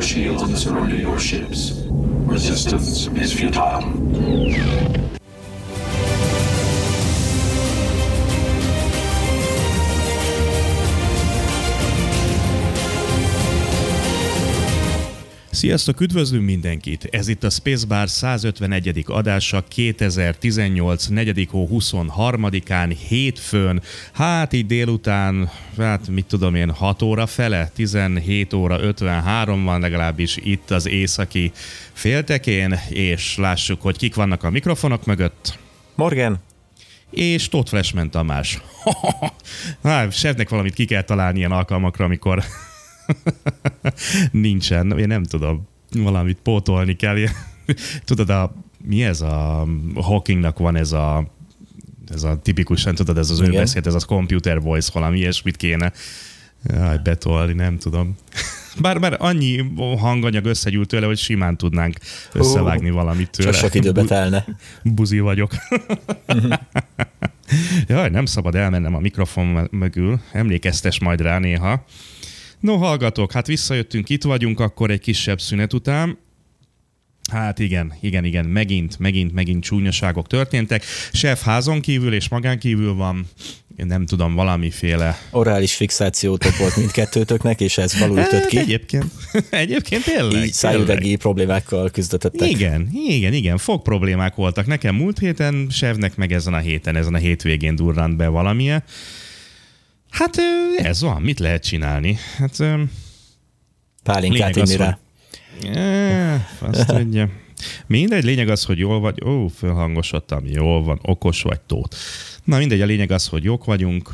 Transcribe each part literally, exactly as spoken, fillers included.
shields and surrender your ships. Resistance is futile. Sziasztok, üdvözlünk mindenkit! Ez itt a Spacebar százötvenegyedik adása kétezer-tizennyolc. negyedik hó huszonharmadikán, hétfőn, hát így délután, hát mit tudom én, hat óra fele, tizenhét óra ötvenhárom van legalábbis itt az északi féltekén, és lássuk, hogy kik vannak a mikrofonok mögött. Morgan. És Tóth Flashman Tamás. Hát, Sevnek valamit ki kell találni ilyen alkalmakra, amikor nincsen, én nem tudom, valamit pótolni kell. Tudod, a, mi ez a Hawkingnak van ez a ez a tipikusan, tudod, ez az ő beszéd, ez a computer voice, valami ilyesmit kéne Jaj, betolni, nem tudom. Bár már annyi hanganyag összegyűlt tőle, hogy simán tudnánk összevágni uh, valamit tőle. Csak sok időbe telne. Buzi vagyok. Jaj, nem szabad elmennem a mikrofon mögül. Emlékeztes majd rá néha. No, hallgatók, hát visszajöttünk, itt vagyunk, akkor egy kisebb szünet után. Hát igen, igen, igen, megint, megint, megint csúnyaságok történtek. Chef házon kívül és magán kívül van, én nem tudom, valamiféle... Orális fixációtok volt mindkettőtöknek, és ez való ütött ki. Egyébként, egyébként tényleg. Így szájüvegi problémákkal küzdöttetek. Igen, igen, igen, fog problémák voltak. Nekem múlt héten, Chefnek meg ezen a héten, ezen a hétvégén durrant be valamilyen. Hát ez van, mit lehet csinálni? Hát, pálinkát inni rá. E, azt tudja. Mindegy, lényeg az, hogy jól vagy. Ó, fölhangosodtam, jól van, okos vagy, Tóth. Na mindegy, a lényeg az, hogy jók vagyunk.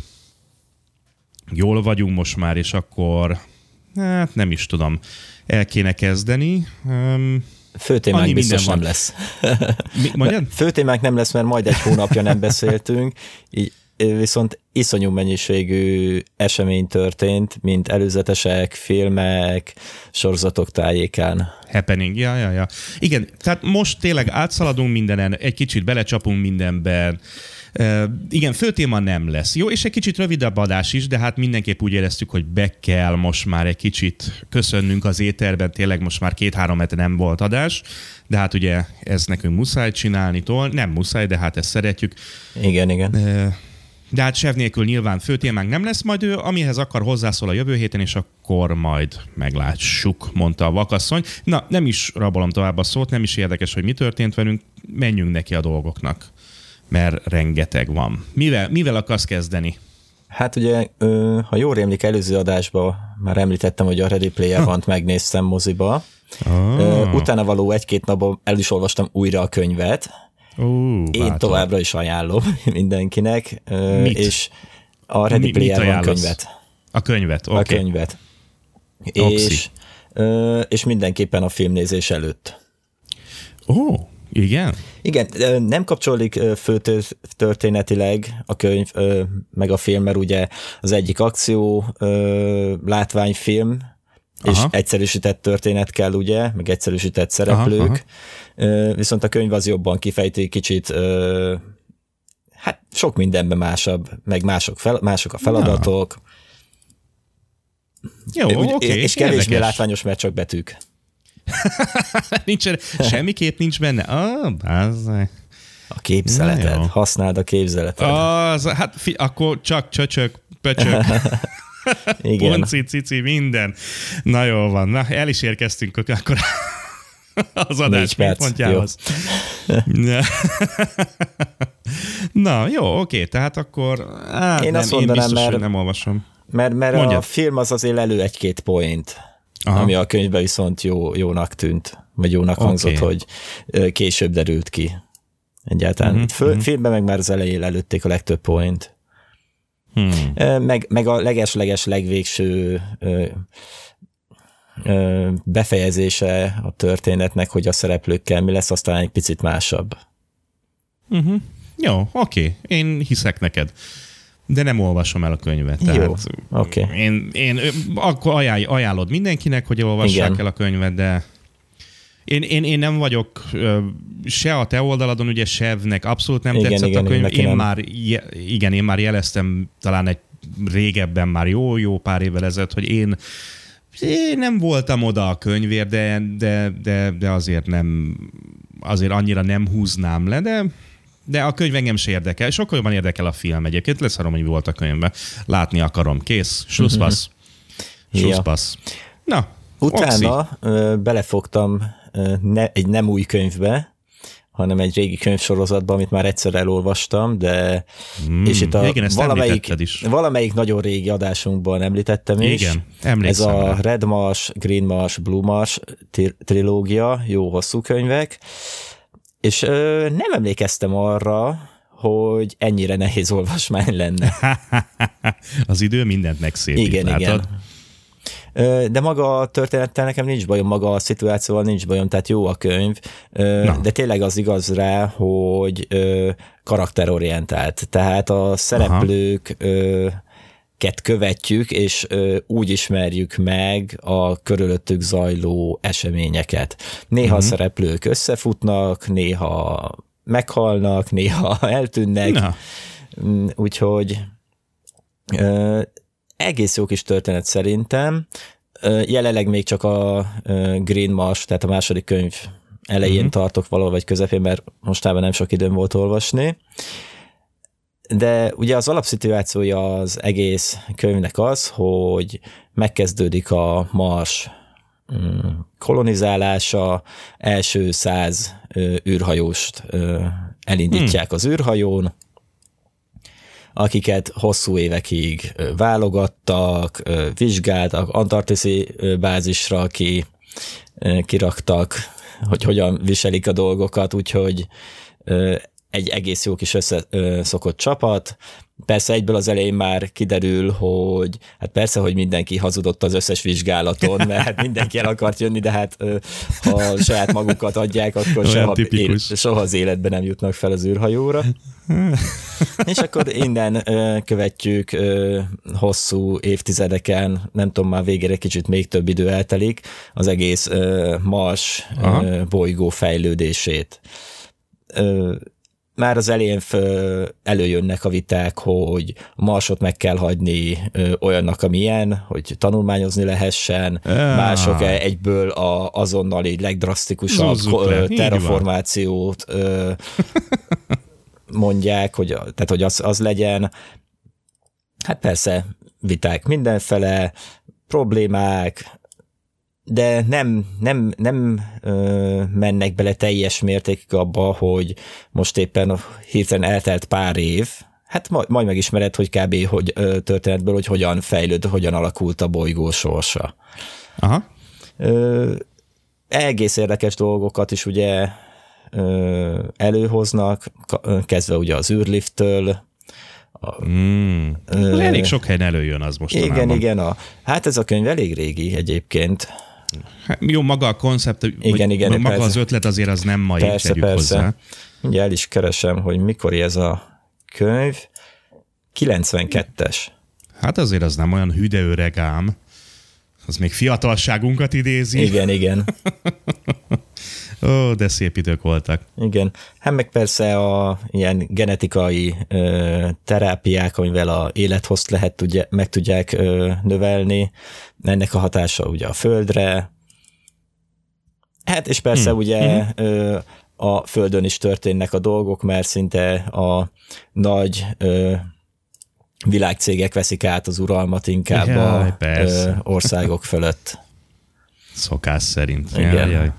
Jól vagyunk most már, és akkor hát nem is tudom, el kéne kezdeni. Um, Főtémánk biztos nem lesz. Mi, Főtémánk nem lesz, mert majd egy hónapja nem beszéltünk, így viszont iszonyú mennyiségű esemény történt, mint előzetesek, filmek, sorozatok tájékán. Happening, ja, ja, ja. Igen, tehát most tényleg átszaladunk mindenen, egy kicsit belecsapunk mindenben. Uh, igen, fő téma nem lesz. Jó, és egy kicsit rövidebb adás is, de hát mindenképp úgy éreztük, hogy be kell most már egy kicsit köszönnünk az éterben, tényleg most már két-három hete nem volt adás, de hát ugye ez nekünk muszáj csinálni, tol, nem muszáj, de hát ezt szeretjük. Igen, igen. Uh, De hát Sev nélkül nyilván fő témánk nem lesz, majd ő amihez akar hozzászól a jövő héten, és akkor majd meglássuk, mondta a vakasszony. Na, nem is rabolom tovább a szót, nem is érdekes, hogy mi történt velünk, menjünk neki a dolgoknak, mert rengeteg van. Mivel, mivel akarsz kezdeni? Hát ugye, ha jól rémlik, előző adásban már említettem, hogy a Ready Player One-t megnéztem moziba. Oh. Utána való egy-két napban el is olvastam újra a könyvet. Uh, Én bátor. Továbbra is ajánlom mindenkinek. Mit? És a Ready Mi, Player One könyvet. A könyvet, oké. Okay. A könyvet. És, és mindenképpen a filmnézés előtt. Ó, oh, igen? Igen, nem kapcsolódik főtörténetileg a könyv meg a film, mert ugye az egyik akció látványfilm, és aha. egyszerűsített történet kell, ugye, meg egyszerűsített szereplők. Aha, aha. Viszont a könyv az jobban kifejti kicsit, hát sok mindenben másabb, meg mások, fel, mások a feladatok. Jó, oké. Okay, és kevésbé látványos, mert csak betűk. nincs, semmiképp nincs benne. Ah, bázzaj. A képzeleted. Használd a képzeleted. Az, hát fi, akkor csak csöcsök, pöcsök. Igen. Ponci, cici, minden. Na jól van. Na, el is érkeztünk akkor az adás pontjához. Na, jó, oké, tehát akkor á, én nem, azt mondanám, én biztos, mert, nem olvasom. Mert, mert a film az azért elő egy-két point, aha. ami a könyvben viszont jó, jónak tűnt, vagy jónak okay. hangzott, hogy később derült ki. Egyáltalán. Uh-huh, Föl, uh-huh. Filmben meg már az elején előtték a legtöbb point. Hmm. Meg, meg a leges-leges legvégső ö, ö, befejezése a történetnek, hogy a szereplőkkel mi lesz, aztán egy picit másabb. Uh-huh. Jó, oké, én hiszek neked. De nem olvasom el a könyvet. Jó, tehát oké. Okay. Én, én akkor ajánl, ajánlod mindenkinek, hogy olvassák igen. el a könyvet, de én, én, én nem vagyok se a te oldaladon, ugye Sevnek abszolút nem igen, tetszett igen, a könyv. Én nem. már, igen, én már jeleztem talán egy régebben, már jó-jó pár évvel ezelőtt, hogy én Én nem voltam oda a könyvért, de, de, de, de azért nem, azért annyira nem húznám le, de, de a könyv engem se érdekel. Sokkal jobban érdekel a film egyébként. Leszarom, hogy mi volt a könyvben. Látni akarom. Kész. Slusszpassz. Slusszpassz. Na, utána ö, belefogtam ö, ne, egy nem új könyvbe, hanem egy régi könyvsorozatban, amit már egyszer elolvastam, de mm, és itt a igen, valamelyik, valamelyik nagyon régi adásunkban említettem is. Igen, emlékszem. Ez a Red Marsh, Green Marsh, Blue Marsh trilógia, jó hosszú könyvek, és ö, nem emlékeztem arra, hogy ennyire nehéz olvasmány lenne. Az idő mindent megszépít, igen, látod? Igen. De maga a történettel nekem nincs bajom, maga a szituációval nincs bajom, tehát jó a könyv, Na. de tényleg az igaz rá, hogy karakterorientált. Tehát a szereplőket követjük, és úgy ismerjük meg a körülöttük zajló eseményeket. Néha uh-huh. a szereplők összefutnak, néha meghalnak, néha eltűnnek, Na. úgyhogy... egész jó kis történet szerintem. Jelenleg még csak a Green Marsh, tehát a második könyv elején uh-huh. tartok valahol, vagy közepén, mert mostában nem sok időm volt olvasni. De ugye az alapszituációja az egész könyvnek az, hogy megkezdődik a Mars kolonizálása, első száz űrhajóst elindítják hmm. az űrhajón, akiket hosszú évekig válogattak, vizsgáltak, antarktiszi bázisra ki, kiraktak, hogy hogyan viselik a dolgokat, úgyhogy egy egész jó kis összeszokott csapat. Persze egyből az elején már kiderül, hogy hát persze, hogy mindenki hazudott az összes vizsgálaton, mert hát mindenki el akart jönni, de hát ha saját magukat adják, akkor soha, él, soha az életben nem jutnak fel az űrhajóra. És akkor innen követjük hosszú évtizedeken, nem tudom, már végére kicsit még több idő eltelik, az egész Mars Aha. bolygó fejlődését. Már az elején előjönnek a viták, hogy Marsot meg kell hagyni ö, olyannak, amilyen, hogy tanulmányozni lehessen, ja. mások egyből a, azonnali legdrasztikusabb ö, terraformációt ö, mondják, hogy, tehát, hogy az, az legyen. Hát persze, viták mindenfele, problémák, de nem, nem, nem ö, mennek bele teljes mértékig abba, hogy most éppen hirtelen eltelt pár év, hát majd, majd megismered, hogy kb. Hogy ö, történetből, hogy hogyan fejlőd, hogyan alakult a bolygó sorsa. Aha. Ö, egész érdekes dolgokat is ugye ö, előhoznak, kezdve ugye az űrlifttől. Mm. Ö, elég sok helyen előjön az mostanában. Igen, igen. A, hát ez a könyv elég régi egyébként. Hát, jó, maga a koncept, igen, igen, maga persze. az ötlet azért az nem mai, persze, tegyük persze. hozzá. Ugye el is keresem, hogy mikor ez a könyv. kilencvenkettes. Hát azért az nem olyan hüde öreg ám. Az még fiatalságunkat idézi. Igen, igen. Ó, de szép idők voltak. Igen. Hát meg persze a ilyen genetikai ö, terápiák, amivel a élethozt lehet tudja, meg tudják ö, növelni. Ennek a hatása ugye a Földre. Hát és persze hmm. ugye ö, a Földön is történnek a dolgok, mert szinte a nagy ö, világcégek veszik át az uralmat inkább jaj, a ö, országok fölött. Szokás szerint. Igen. Jaj, jaj.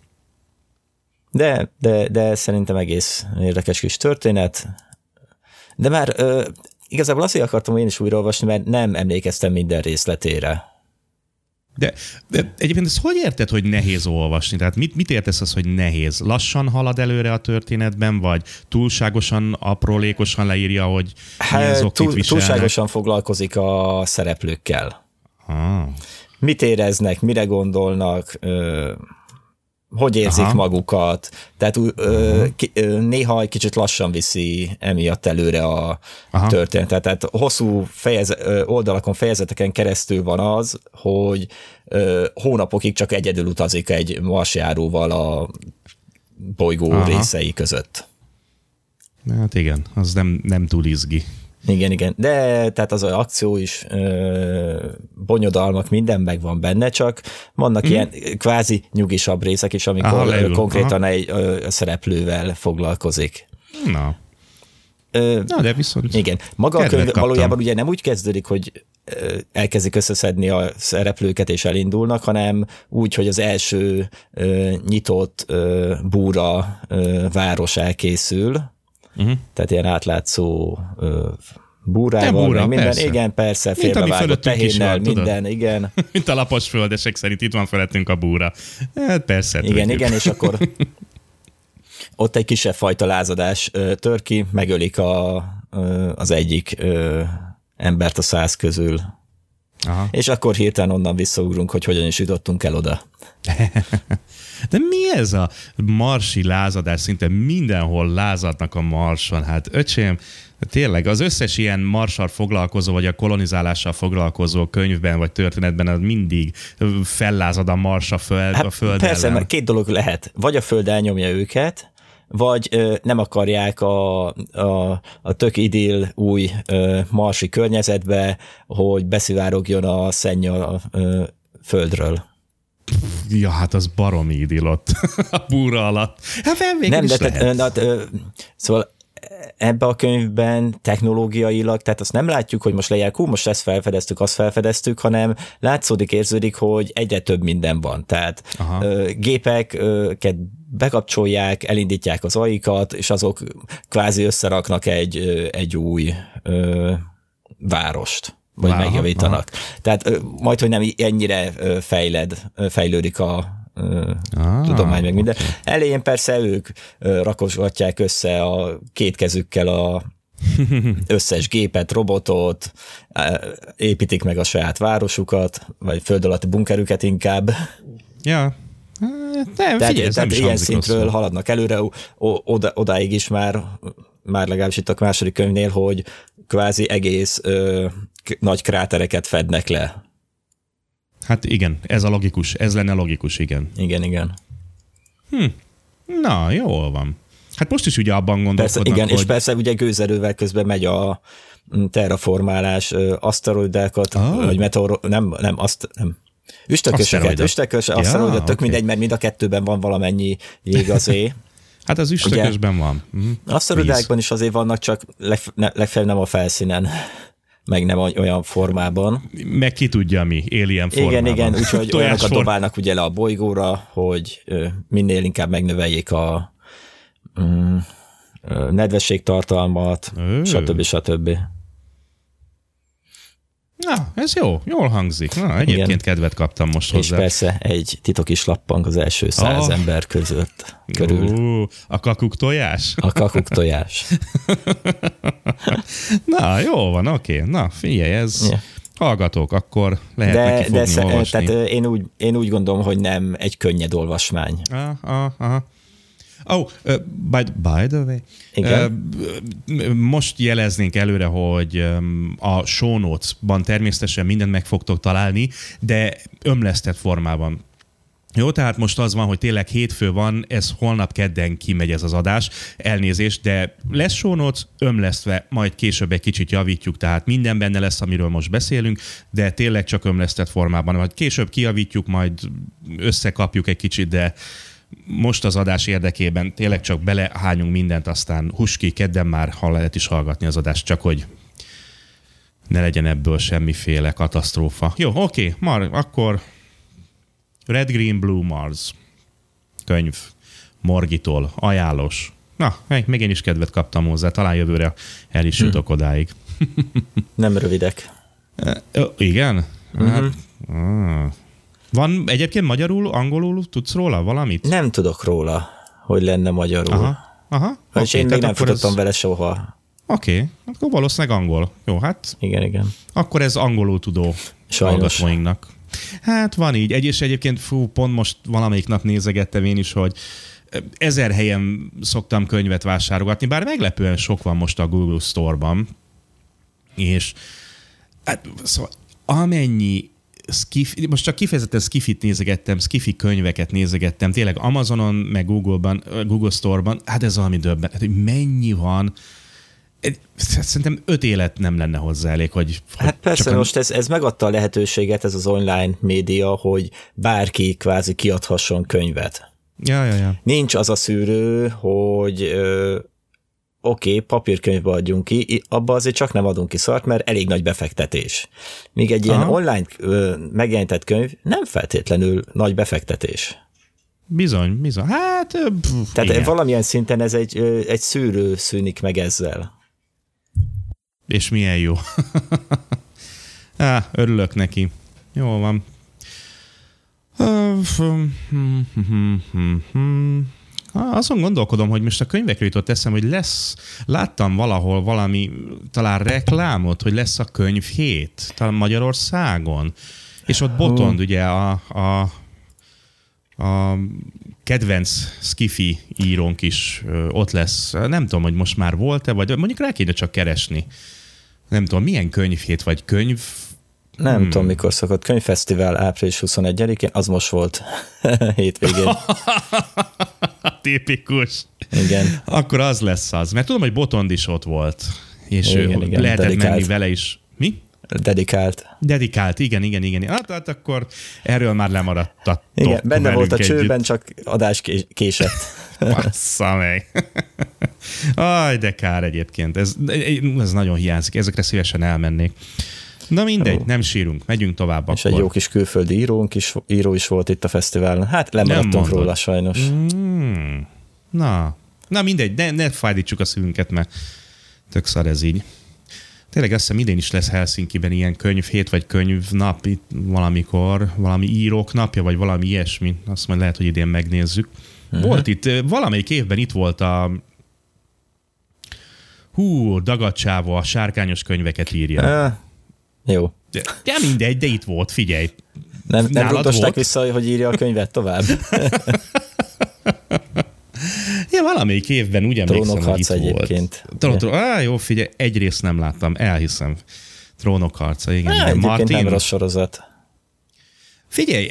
De, de, de szerintem egész érdekes kis történet. De már ö, igazából azért akartam én is újraolvasni, mert nem emlékeztem minden részletére. De, de egyébként ezt hogy érted, hogy nehéz olvasni? Tehát mit, mit értesz az, hogy nehéz? Lassan halad előre a történetben, vagy túlságosan aprólékosan leírja, hogy milyen zoknit túl, viselnek? Túlságosan foglalkozik a szereplőkkel. Ah. Mit éreznek, mire gondolnak, ö, hogy érzik Aha. magukat, tehát ö, ki, ö, néha egy kicsit lassan viszi emiatt előre a Aha. történetet. Tehát hosszú fejeze, oldalakon, fejezeteken keresztül van az, hogy ö, hónapokig csak egyedül utazik egy marsjáróval a bolygó Aha. részei között. Hát igen, az nem, nem túl izgi. Igen, igen. De tehát az akció is, ö, bonyodalmak, minden megvan benne, csak vannak mm. ilyen kvázi nyugisabb részek is, amikor aha, konkrétan aha. egy ö, szereplővel foglalkozik. Na. Ö, Na, de viszont igen. Maga a könyv valójában ugye nem úgy kezdődik, hogy elkezdik összeszedni a szereplőket és elindulnak, hanem úgy, hogy az első ö, nyitott ö, búra ö, város elkészül, uh-huh. tehát ilyen átlátszó ö, búrával, búra, meg minden, persze. igen, persze, félbevágott tehénnel, minden, tudod? Igen. Mint a lapos földesek szerint itt van felettünk a búra. Hát persze. Igen, tudjuk. Igen, és akkor ott egy kisebb fajta lázadás ö, tör ki, megölik a, ö, az egyik ö, embert a száz közül. Aha. És akkor hirtelen onnan visszaugrunk, hogy hogyan is jutottunk el oda. De mi ez a marsi lázadás? Szinte mindenhol lázadnak a marson. Hát öcsém, tényleg az összes ilyen marssal foglalkozó, vagy a kolonizálással foglalkozó könyvben, vagy történetben az mindig fellázad a mars a föld, hát a föld persze, ellen. Mert két dolog lehet. Vagy a föld elnyomja őket, vagy ö, nem akarják a, a, a tök idill új ö, marsi környezetbe, hogy beszivárogjon a szenny a ö, földről. Ja, hát az baromi idill ott a búra alatt. Hát nem, de te, de, de, szóval ebbe a könyvben technológiailag, tehát azt nem látjuk, hogy most lejjel, hú, most ezt felfedeztük, azt felfedeztük, hanem látszódik, érződik, hogy egyre több minden van. Tehát ö, gépeket bekapcsolják, elindítják az aikat, és azok kvázi összeraknak egy, egy új ö, várost, vagy aha, megjavítanak. Aha. Tehát ö, majd, hogy nem ennyire fejled, fejlődik a ah, tudomány, meg minden. Okay. Elején persze ők rakosgatják össze a két kezükkel a összes gépet, robotot, építik meg a saját városukat, vagy föld alatti bunkerüket inkább. Ja. Nem, tehát figyelj, tehát ilyen szintről rosszul. Haladnak előre, oda, odáig is már, már legalábbis itt a második könyvnél, hogy kvázi egész ö, nagy krátereket fednek le. Hát igen, ez a logikus, ez lenne logikus, igen. Igen, igen. Hm. Na, jól van. Hát most is ugye abban gondolkodnak, persze, igen, hogy... és persze ugye gőzerővel közben megy a terraformálás, aszteroidákat, oh. vagy meteor... Nem, nem, azt... Nem. Üstökösöket, üstökös, aszteroidot, ja, tök okay. mindegy, mert mind a kettőben van valamennyi jég azért. Hát az üstökösben ugye, van. Mm. Aszteroidákban is azért vannak, csak legfeljebb nem a felszínen. Meg nem olyan formában. Meg ki tudja mi, alien formában. Igen, igen, úgyhogy olyanokat dobálnak ugye le a bolygóra, hogy minél inkább megnöveljék a mm, nedvességtartalmat, Ő. stb. stb. Na, ez jó, jól hangzik. Na, egyébként igen. kedvet kaptam most hozzá. És persze egy titok is lappang az első száz oh. ember között körül. Uh, a kakuk tojás? A kakuk tojás. Na, jó van, oké. Okay. Na, figyelj, ez yeah. hallgatók, akkor lehet de, neki fogni, de olvasni. Tehát én úgy, én úgy gondolom, hogy nem egy könnyed olvasmány. Aha, aha. Oh, uh, by, by the way, igen? Uh, most jeleznénk előre, hogy um, a show notes-ban természetesen mindent meg fogtok találni, de ömlesztett formában. Jó, tehát most az van, hogy tényleg hétfő van, ez holnap kedden kimegy ez az adás, elnézést, de lesz show notes, ömlesztve, majd később egy kicsit javítjuk, tehát minden benne lesz, amiről most beszélünk, de tényleg csak ömlesztett formában, majd később kijavítjuk, majd összekapjuk egy kicsit, de most az adás érdekében tényleg csak belehányunk mindent, aztán huski, kedden már ha lehet is hallgatni az adást, csak hogy ne legyen ebből semmiféle katasztrófa. Jó, oké, már akkor Red, Green, Blue Mars könyv Morgitól, ajánlós. Na, még én is kedvet kaptam hozzá, talán jövőre el is jutok hm. odáig. Nem rövidek. E, igen? Uh-huh. Hát, ah. Van egyébként magyarul, angolul, tudsz róla valamit? Nem tudok róla, hogy lenne magyarul. Aha, aha. És okay, én még nem futottam ez... vele soha. Oké, okay. Akkor valószínűleg angol. Jó, hát... Igen, igen. Akkor ez angolul tudó hallgatóinknak. Hát van így. Egy és egyébként fú, pont most valamelyik nap nézegettem én is, hogy ezer helyen szoktam könyvet vásárolgatni, bár meglepően sok van most a Google Store-ban. És hát, szóval amennyi Skifi, most csak kifejezetten skifit nézegettem, skifi könyveket nézegettem, tényleg Amazonon, meg Google-ban, Google Store-ban, hát ez valami döbbenet, hogy mennyi van, Szerintem öt élet nem lenne hozzá elég, hogy... Hát persze, most ez, ez megadta a lehetőséget, ez az online média, hogy bárki kvázi kiadhasson könyvet. Ja, ja, ja. Nincs az a szűrő, hogy ö, oké, okay, papírkönyvbe adjunk ki, abba azért csak nem adunk ki szart, mert elég nagy befektetés. Míg egy ilyen Aha. online ö, megjelentett könyv nem feltétlenül nagy befektetés. Bizony, bizony. Hát... Pff, Tehát igen. valamilyen szinten ez egy, egy szűrő szűnik meg ezzel. És milyen jó. Á, örülök neki. Jól van. Azon gondolkodom, hogy most a könyvekről jutott eszem, hogy lesz, láttam valahol valami, talán reklámot, hogy lesz a könyvhét, talán Magyarországon. És ott Botond, ugye a, a, a kedvenc skifi írónk is ott lesz. Nem tudom, hogy most már volt-e, vagy mondjuk rá kéne csak keresni. Nem tudom, milyen könyvhét, vagy könyv... Nem hmm. tudom, mikor szokott. Könyvfesztivál április huszonegyedikén, az most volt hétvégén. Tipikus. Igen. Akkor az lesz az. Mert tudom, hogy Botond is ott volt. És igen, igen, lehetett dedikált. menni vele is. Mi? Dedikált. Dedikált, igen, igen, igen. Hát, hát akkor erről már lemaradtatok. Igen, benne volt a csőben, együtt. Csak adás késett. Bassza meg. Aj, de kár egyébként. Ez, ez nagyon hiányzik. Ezekre szívesen elmennék. Na mindegy, nem sírunk, megyünk tovább. És akkor. egy jó kis külföldi írónk is, író is volt itt a fesztiválon. Hát lemaradtunk róla sajnos. Mm. Na, na mindegy, ne, ne fájdítsuk a szívünket, mert tök szar ez így. Tényleg azt hiszem idén is lesz Helsinkiben ilyen könyvhét, vagy könyvnap itt valamikor, valami írók napja, vagy valami ilyesmi. Azt majd lehet, hogy idén megnézzük. Uh-huh. Volt itt, valamelyik évben itt volt a hú, Dagadcsávó, a sárkányos könyveket írja. Uh, jó. De, de mindegy, de itt volt, figyelj. Nem, nem rúgdosták vissza, hogy írja a könyvet tovább? Ja, valamelyik évben úgy emlékszem, hogy itt egyébként. volt. Trónok harca. Á, jó, figyelj, egyrészt nem láttam, elhiszem. Trónok harca, igen. Á, igen. Martin. Nem rossz sorozat. Figyelj,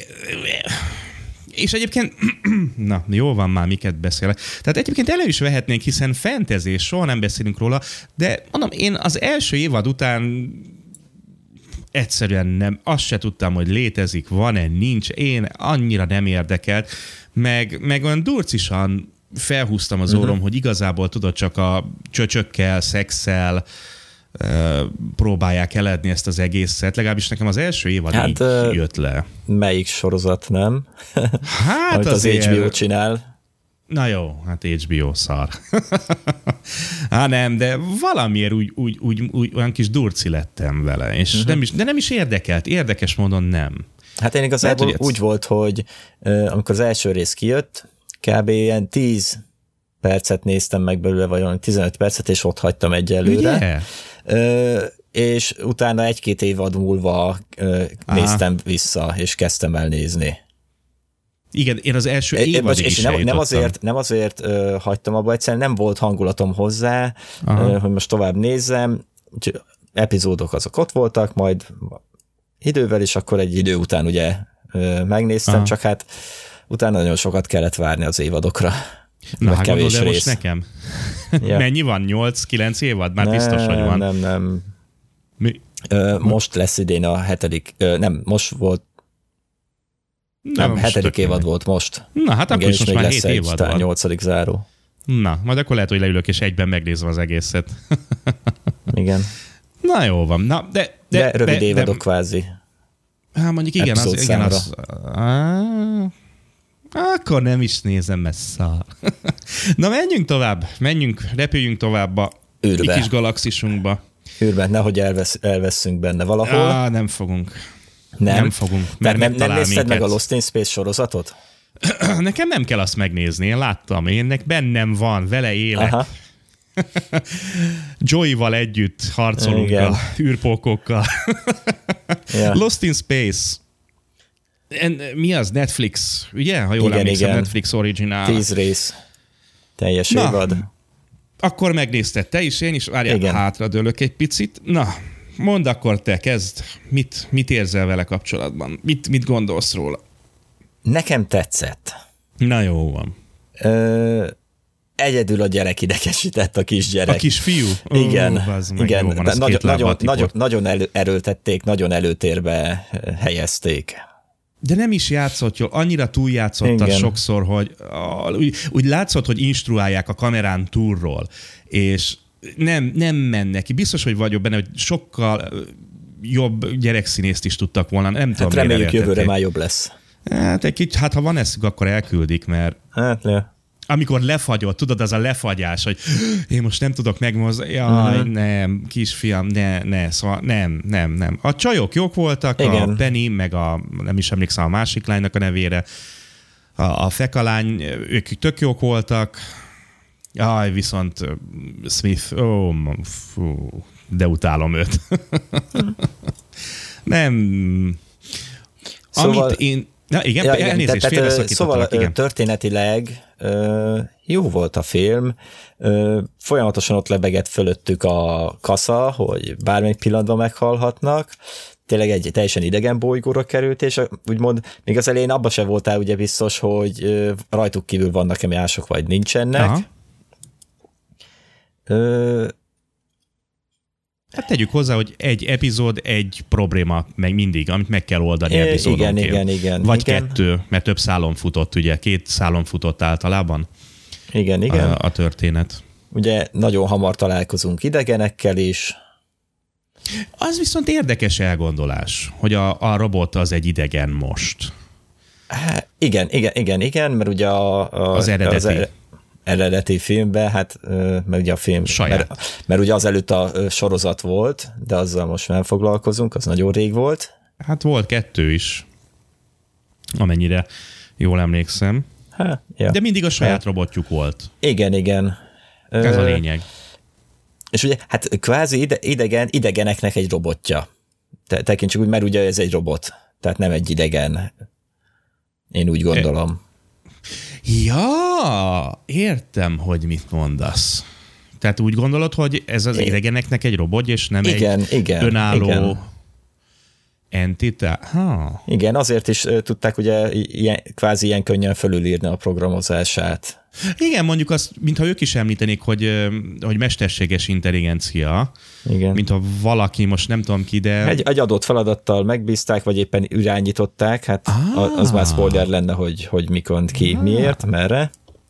és egyébként, na, jó van már, miket beszélek. Tehát egyébként elő is vehetnénk, hiszen fantasy, soha nem beszélünk róla, de mondom, én az első évad után egyszerűen nem, azt se tudtam, hogy létezik, van-e, nincs, én annyira nem érdekelt, meg, meg olyan durcisan felhúztam az órom, uh-huh. hogy igazából tudod, csak a csöcsökkel, szexszel uh, próbálják eledni ezt az egészet. Legalábbis nekem az első évad hát, így uh, jött le. Melyik sorozat nem? Hát amit azért... az há bé ó csinál. Na jó, hát há bé ó szar. Hát nem, de valamiért úgy, úgy, úgy, úgy olyan kis durci lettem vele, és uh-huh. nem is, de nem is érdekelt, érdekes módon nem. Hát én igazából lehet, úgy volt, hogy uh, amikor az első rész kijött, kb. Ilyen tíz percet néztem meg belőle, vagy olyan tizenöt percet, és ott hagytam egyelőre. Uh, és utána egy-két évad múlva uh, néztem vissza, és kezdtem el nézni. Igen, én az első évadig is nem, nem azért, nem azért uh, hagytam abba, egyszerűen nem volt hangulatom hozzá, uh, hogy most tovább nézzem. Úgyhogy epizódok azok ott voltak, majd idővel is akkor egy idő után ugye uh, megnéztem, Aha. csak hát utána nagyon sokat kellett várni az évadokra. Na, hát gondolod, de most nekem? Ja. Mennyi van? nyolc-kilenc évad? Már nem, biztos, hogy van. Nem, nem. Mi? Uh, most lesz idén a hetedik, uh, nem, most volt Nem, nem hetedik évad volt most. Na, hát akkor is most már hét évad van. nyolcadik záró. Na, majd akkor lehet, hogy leülök, és egyben megnézem az egészet. Igen. Na, jó van. Na, de, de, de rövid de, évadok de, kvázi. Hát mondjuk igen, az, igen, az, á, akkor nem is nézem messze. Na, menjünk tovább. Menjünk, repüljünk tovább a Űrbe. kis galaxisunkba. Űrbe, nehogy elvesz, elveszünk benne valahol. Á, nem fogunk. Nem, nem fogunk. Mert nem, nem nézted minket. Meg a Lost in Space sorozatot? Nekem nem kell azt megnézni, én láttam. Énnek bennem van, vele élek. Aha. Joey-val együtt harcolunk igen. a űrpókokkal. Ja. Lost in Space. En, mi az? Netflix, ugye? Ha jól igen, emlékszem, igen. Netflix originál. Tíz rész. Teljes Na, évad. Akkor megnézted te is, én is. Várjál, hátradőlök egy picit. Na, mondd akkor te, kezd. Mit, mit érzel vele kapcsolatban? Mit, mit gondolsz róla? Nekem tetszett. Na jó van. Ö, egyedül a gyerek idegesített, a kisgyerek. A kisfiú? Igen, Ó, igen. Jó van, nagyon, nagyon, nagyon, nagyon elő, erőltették, nagyon előtérbe helyezték. De nem is játszott jól, annyira túljátszotta sokszor, hogy uh, úgy, úgy látszott, hogy instruálják a kamerán túlról, és nem, nem mennek ki. Biztos, hogy vagyok benne, hogy sokkal jobb gyerekszínészt is tudtak volna. Nem hát tudom, reméljük jövőre már jobb lesz. Hát, egy kicsit, hát ha van eszük, akkor elküldik, mert hát, le. amikor lefagyott, tudod, az a lefagyás, hogy én most nem tudok megmozdulni, jaj, uh-huh. nem, kisfiam, ne, ne, szóval nem, nem, nem. A csajok jók voltak, igen. A Penny, meg a, nem is emlékszem a másik lánynak a nevére, a, a fekalány, ők tök jók voltak, jaj, viszont Smith, ó, fú, de utálom őt. nem. Szóval, amit én... Na igen, ja, igen elnézést, tehát, szóval igen. Történetileg ö, jó volt a film, ö, folyamatosan ott lebegett fölöttük a kasza, hogy bármelyik pillanatban meghalhatnak, tényleg egy teljesen idegen bolygóra került, és úgymond még az elején abban se voltál ugye biztos, hogy ö, rajtuk kívül vannak-e mások, vagy nincsenek. Ö, Hát tegyük hozzá, hogy egy epizód, egy probléma meg mindig, amit meg kell oldani epizódonként. Igen, igen, igen. Vagy igen. kettő, mert több szálon futott, ugye, két szálon futott általában igen, igen. A, a történet. Ugye nagyon hamar találkozunk idegenekkel is. Az viszont érdekes elgondolás, hogy a, a robot az egy idegen most. Há, igen, igen, igen, igen, mert ugye a, a, az eredeti. Az eredeti filmben, hát mert ugye a film, mert, mert ugye azelőtt a sorozat volt, de azzal most nem foglalkozunk, az nagyon rég volt. Hát volt kettő is, amennyire jól emlékszem. Há, ja. De mindig a saját hát. robotjuk volt. Igen, igen. Ez a lényeg. És ugye, hát kvázi ide, idegen, idegeneknek egy robotja. Te, tekintsük úgy, mert ugye ez egy robot, tehát nem egy idegen. Én úgy gondolom. E- Ja, értem, hogy mit mondasz. Tehát úgy gondolod, hogy ez az idegeneknek egy robot, és nem igen, egy igen, önálló igen. entitás? Ha. Igen, azért is tudták ugye ilyen, kvázi ilyen könnyen fölülírni a programozását. Igen, mondjuk azt, mintha ők is említenék, hogy, hogy mesterséges intelligencia, igen. Mintha valaki, most nem tudom ki, de... Egy, egy adott feladattal megbízták, vagy éppen irányították, hát ah. az már spoiler lenne, hogy, hogy mikor, ki, ah. miért, merre.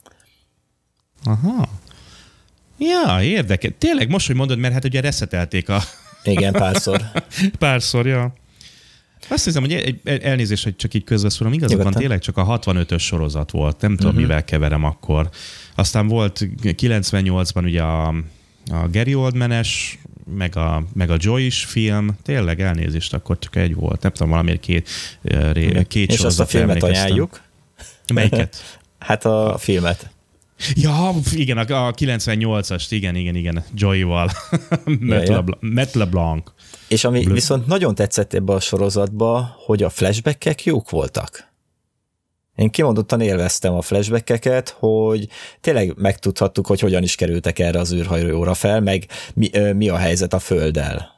Aha. Ja, érdekes. Tényleg most, hogy mondod, mert hát ugye reszetelték a... Igen, párszor. párszor, ja. Azt hiszem, hogy elnézést, hogy csak így közbeszúrom, igazad van, tényleg csak a hatvanötös sorozat volt, nem tudom, uh-huh. mivel keverem akkor. Aztán volt kilencvennyolcban ugye a, a Gary Oldman-es, meg a, meg a Joy-is film, tényleg elnézést, akkor csak egy volt, nem tudom, valamiért két, két és azt a filmet ajánljuk. Melyiket? Hát a filmet. Ja, igen, a, a kilencvennyolcast, igen, igen, igen, Joy-val, Matt LeBlanc. És ami Blö. viszont nagyon tetszett ebbe a sorozatba, hogy a flashbackek jók voltak. Én kimondottan élveztem a flashbackeket, hogy tényleg megtudhattuk, hogy hogyan is kerültek erre az űrhajóra fel, meg mi, mi a helyzet a Földdel.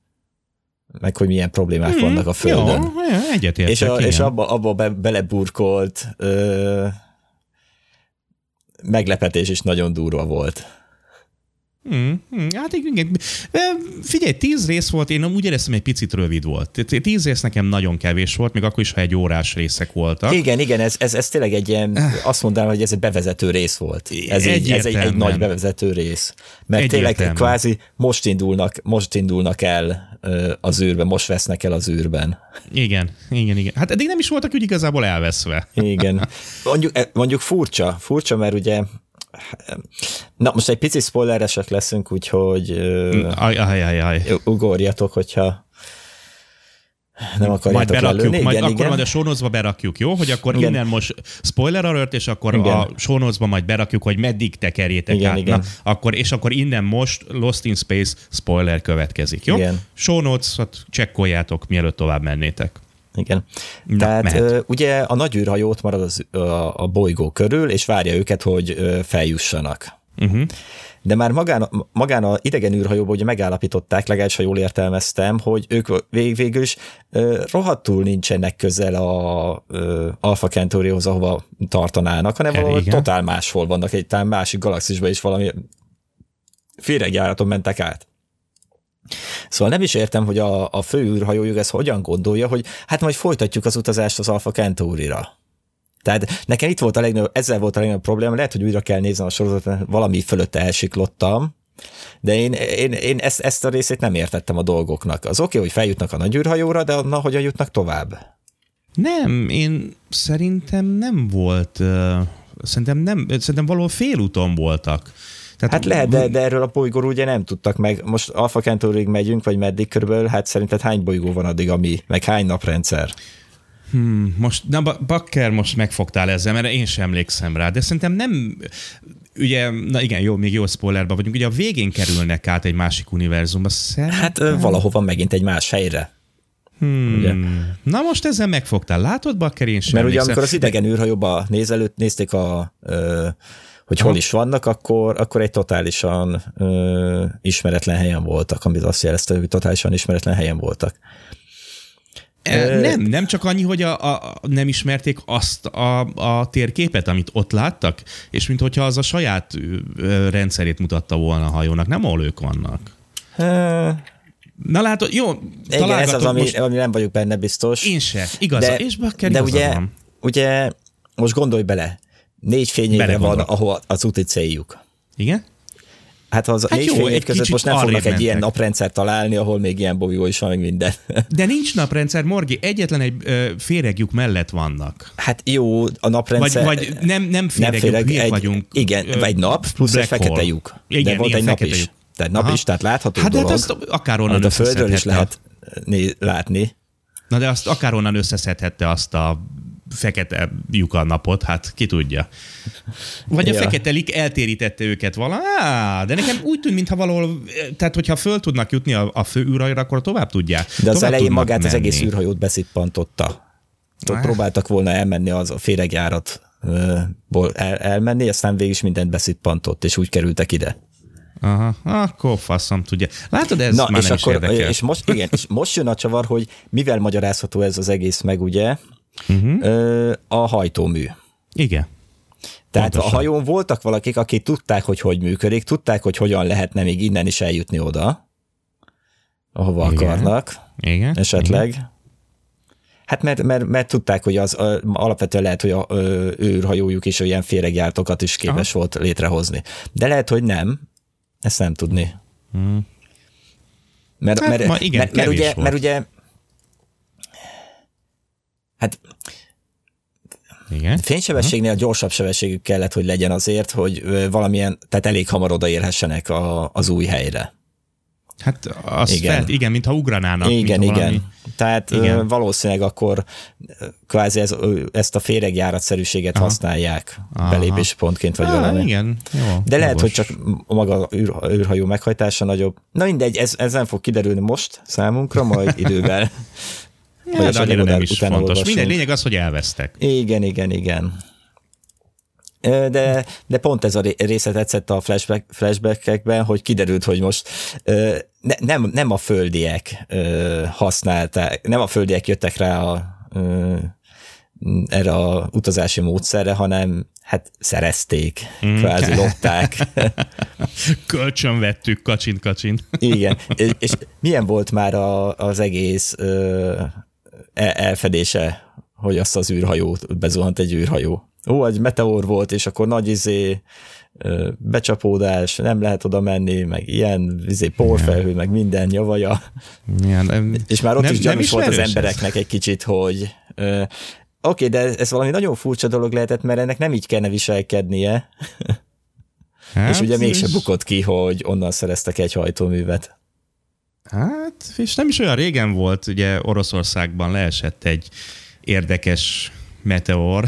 Meg hogy milyen problémák hmm, vannak a Földön. Jó, egyetértek. És, a, és abba, abba be, beleburkolt ö, meglepetés is nagyon durva volt. Hmm, hmm, hát igen, figyelj, tíz rész volt, én úgy éreztem, egy picit rövid volt. Tíz rész nekem nagyon kevés volt, még akkor is, ha egy órás részek voltak. Igen, igen, ez, ez, ez tényleg egy ilyen, azt mondanám, hogy ez egy bevezető rész volt. Ez, így, ez egy, egy nagy bevezető rész. Mert tényleg kvázi most indulnak, most indulnak el az űrben, most vesznek el az űrben. Igen, igen, igen. Hát eddig nem is voltak úgy igazából elveszve. Igen. Mondjuk, mondjuk furcsa, furcsa, mert ugye na, most egy pici spoileresek leszünk, úgyhogy aj, aj, aj, aj. ugorjatok, hogyha nem akarjátok majd berakjuk, lelőni. Majd igen, akkor igen. majd a show notes-ba berakjuk, jó? Hogy akkor igen. Innen most spoiler alert, és akkor igen. A show notes-ba majd berakjuk, hogy meddig tekerjétek igen, át. Igen. Na, akkor, és akkor innen most Lost in Space spoiler következik, jó? Igen. Show notes-ot csekkoljátok, mielőtt tovább mennétek. Igen. Na, Tehát mehet. ugye a nagy űrhajó ott marad az, a, a bolygó körül, és várja őket, hogy feljussanak. Uh-huh. De már magán, magán a idegen űrhajóban ugye megállapították, legalábbis ha jól értelmeztem, hogy ők vég, végül is ö, rohadtul nincsenek közel a ö, Alpha Centaurihoz, ahova tartanának, hanem valahol totál máshol vannak, egy talán másik galaxisban is valami féregjáraton mentek át. Szóval nem is értem, hogy a, a fő űrhajójuk ezt hogyan gondolja, hogy hát majd folytatjuk az utazást az Alpha Centaurira. Tehát nekem itt volt a legnagyobb, ezzel volt a legnagyobb probléma, lehet, hogy újra kell néznem a sorozatot, valami fölött elsiklottam, de én, én, én ezt, ezt a részét nem értettem a dolgoknak. Az oké, okay, hogy feljutnak a nagy űrhajóra, de na, hogyan jutnak tovább? Nem, én szerintem nem volt, uh, szerintem nem, szerintem valahol félúton voltak. Tehát, hát lehet, de, de erről a bolygóról ugye nem tudtak meg. Most Alpha Centaurig megyünk, vagy meddig körülbelül, hát szerinted hány bolygó van addig, ami, meg hány naprendszer? Hmm, most, na Bakker, most megfogtál ezzel, mert én sem emlékszem rá, de szerintem nem, ugye, na igen, jó, még jó spoilerban vagyunk, ugye a végén kerülnek át egy másik univerzumba. Szerintem... Hát valahova megint egy más helyre. Hmm. Ugye? Na most ezzel megfogtál, látod, Bakker, én sem Mert emlékszem. ugye amikor az idegen űrhajóba nézelőtt nézték a... Ö, hogy hol is vannak, akkor, akkor egy totálisan ö, ismeretlen helyen voltak, amit azt jelezte, hogy totálisan ismeretlen helyen voltak. E, nem, nem csak annyi, hogy a, a, nem ismerték azt a, a térképet, amit ott láttak, és minthogyha az a saját rendszerét mutatta volna a hajónak, nem ahol ők vannak. E... Na látod, jó, igen, ez az, ami, most... ami nem vagyok benne biztos. Én se, igaz, de, és Bakker de ugye, van. ugye, most gondolj bele, négy fényévre van, ahol az úti céljuk. Igen? Hát az hát négy jó, fényév között most nem fognak egy mentek. Ilyen naprendszer találni, ahol még ilyen bolygó is van, meg minden. De nincs naprendszer, Morgi, egyetlen egy ö, féregjuk mellett vannak. Hát jó, a naprendszer... Vagy, vagy nem, nem féregjuk, nem féreg, egy, vagyunk. Igen, ö, egy nap plusz egy fekete lyuk. Igen, de volt igen, egy nap is. Lyuk. Tehát nap Aha. is, tehát látható hát dolog. Hát azt akár onnan a Földről is lehet né- látni. Na de azt akár onnan összeszedhette azt a fekete lyuka napot, hát ki tudja. Vagy a ja. fekete lyuk eltérítette őket valami, Á, de nekem úgy tűnt, mintha valahol, tehát hogyha föl tudnak jutni a, a fő űrhajóra, akkor tovább tudják. De az elején magát menni. Az egész űrhajót beszippantotta. Ah. Próbáltak volna elmenni az a féregjáratból el, elmenni, aztán végig is mindent beszippantott, és úgy kerültek ide. Aha, akkor faszom tudja. Látod, ez Na, már és nem akkor, is érdekel. És most, igen, és most jön a csavar, hogy mivel magyarázható ez az egész meg, ugye, uh-huh. a hajtómű. Igen. Tehát pontosan. A hajón voltak valakik, akik tudták, hogy hogy működik, tudták, hogy hogyan lehetne még innen is eljutni oda, ahova igen. akarnak. Igen. Esetleg. Igen. Hát mert, mert, mert tudták, hogy az ö, alapvetően lehet, hogy a ö, űrhajójuk is olyan féregjártokat is képes Aha. volt létrehozni. De lehet, hogy nem. Ezt nem tudni. Hmm. Mert, hát, mert, ma igen, mert, mert, ugye, mert ugye hát igen. fénysebességnél gyorsabb sebességük kellett, hogy legyen azért, hogy valamilyen, tehát elég hamar odaérhessenek a, az új helyre. Hát az igen, felt, igen mintha ugranának. Igen, igen. Valami... Tehát igen. valószínűleg akkor kvázi ez, ezt a féregjáratszerűséget Aha. használják Aha. belépési pontként, vagy ah, valami. Igen. Jó, de lehet, jogos. Hogy csak maga űr, űrhajó meghajtása nagyobb. Na mindegy, ez, ez nem fog kiderülni most számunkra, majd idővel. Ja, de annyira nem is fontos. Olvassunk. Minden lényeg az, hogy elvesztek. Igen, igen, igen. De, de pont ez a része tetszett a flashback, flashback-ekben, hogy kiderült, hogy most ne, nem, nem a földiek használták, nem a földiek jöttek rá a, erre a utazási módszerre, hanem hát szerezték, mm. kvázi lopták. Kölcsönvettük, kacsint, kacsint. Igen, és, és milyen volt már a, az egész elfedése, hogy azt az űrhajót, bezuhant egy űrhajó. Ó, egy meteor volt, és akkor nagy izé, becsapódás, nem lehet oda menni, meg ilyen izé, porfelhő, meg minden nyavaja. Ja, nem, és már ott nem, is gyanús volt az embereknek ez. Egy kicsit, hogy oké, okay, de ez valami nagyon furcsa dolog lehetett, mert ennek nem így kellene viselkednie. Hát, és ugye mégsem is... bukott ki, hogy onnan szereztek egy hajtóművet. Hát, és nem is olyan régen volt, ugye Oroszországban leesett egy érdekes meteor,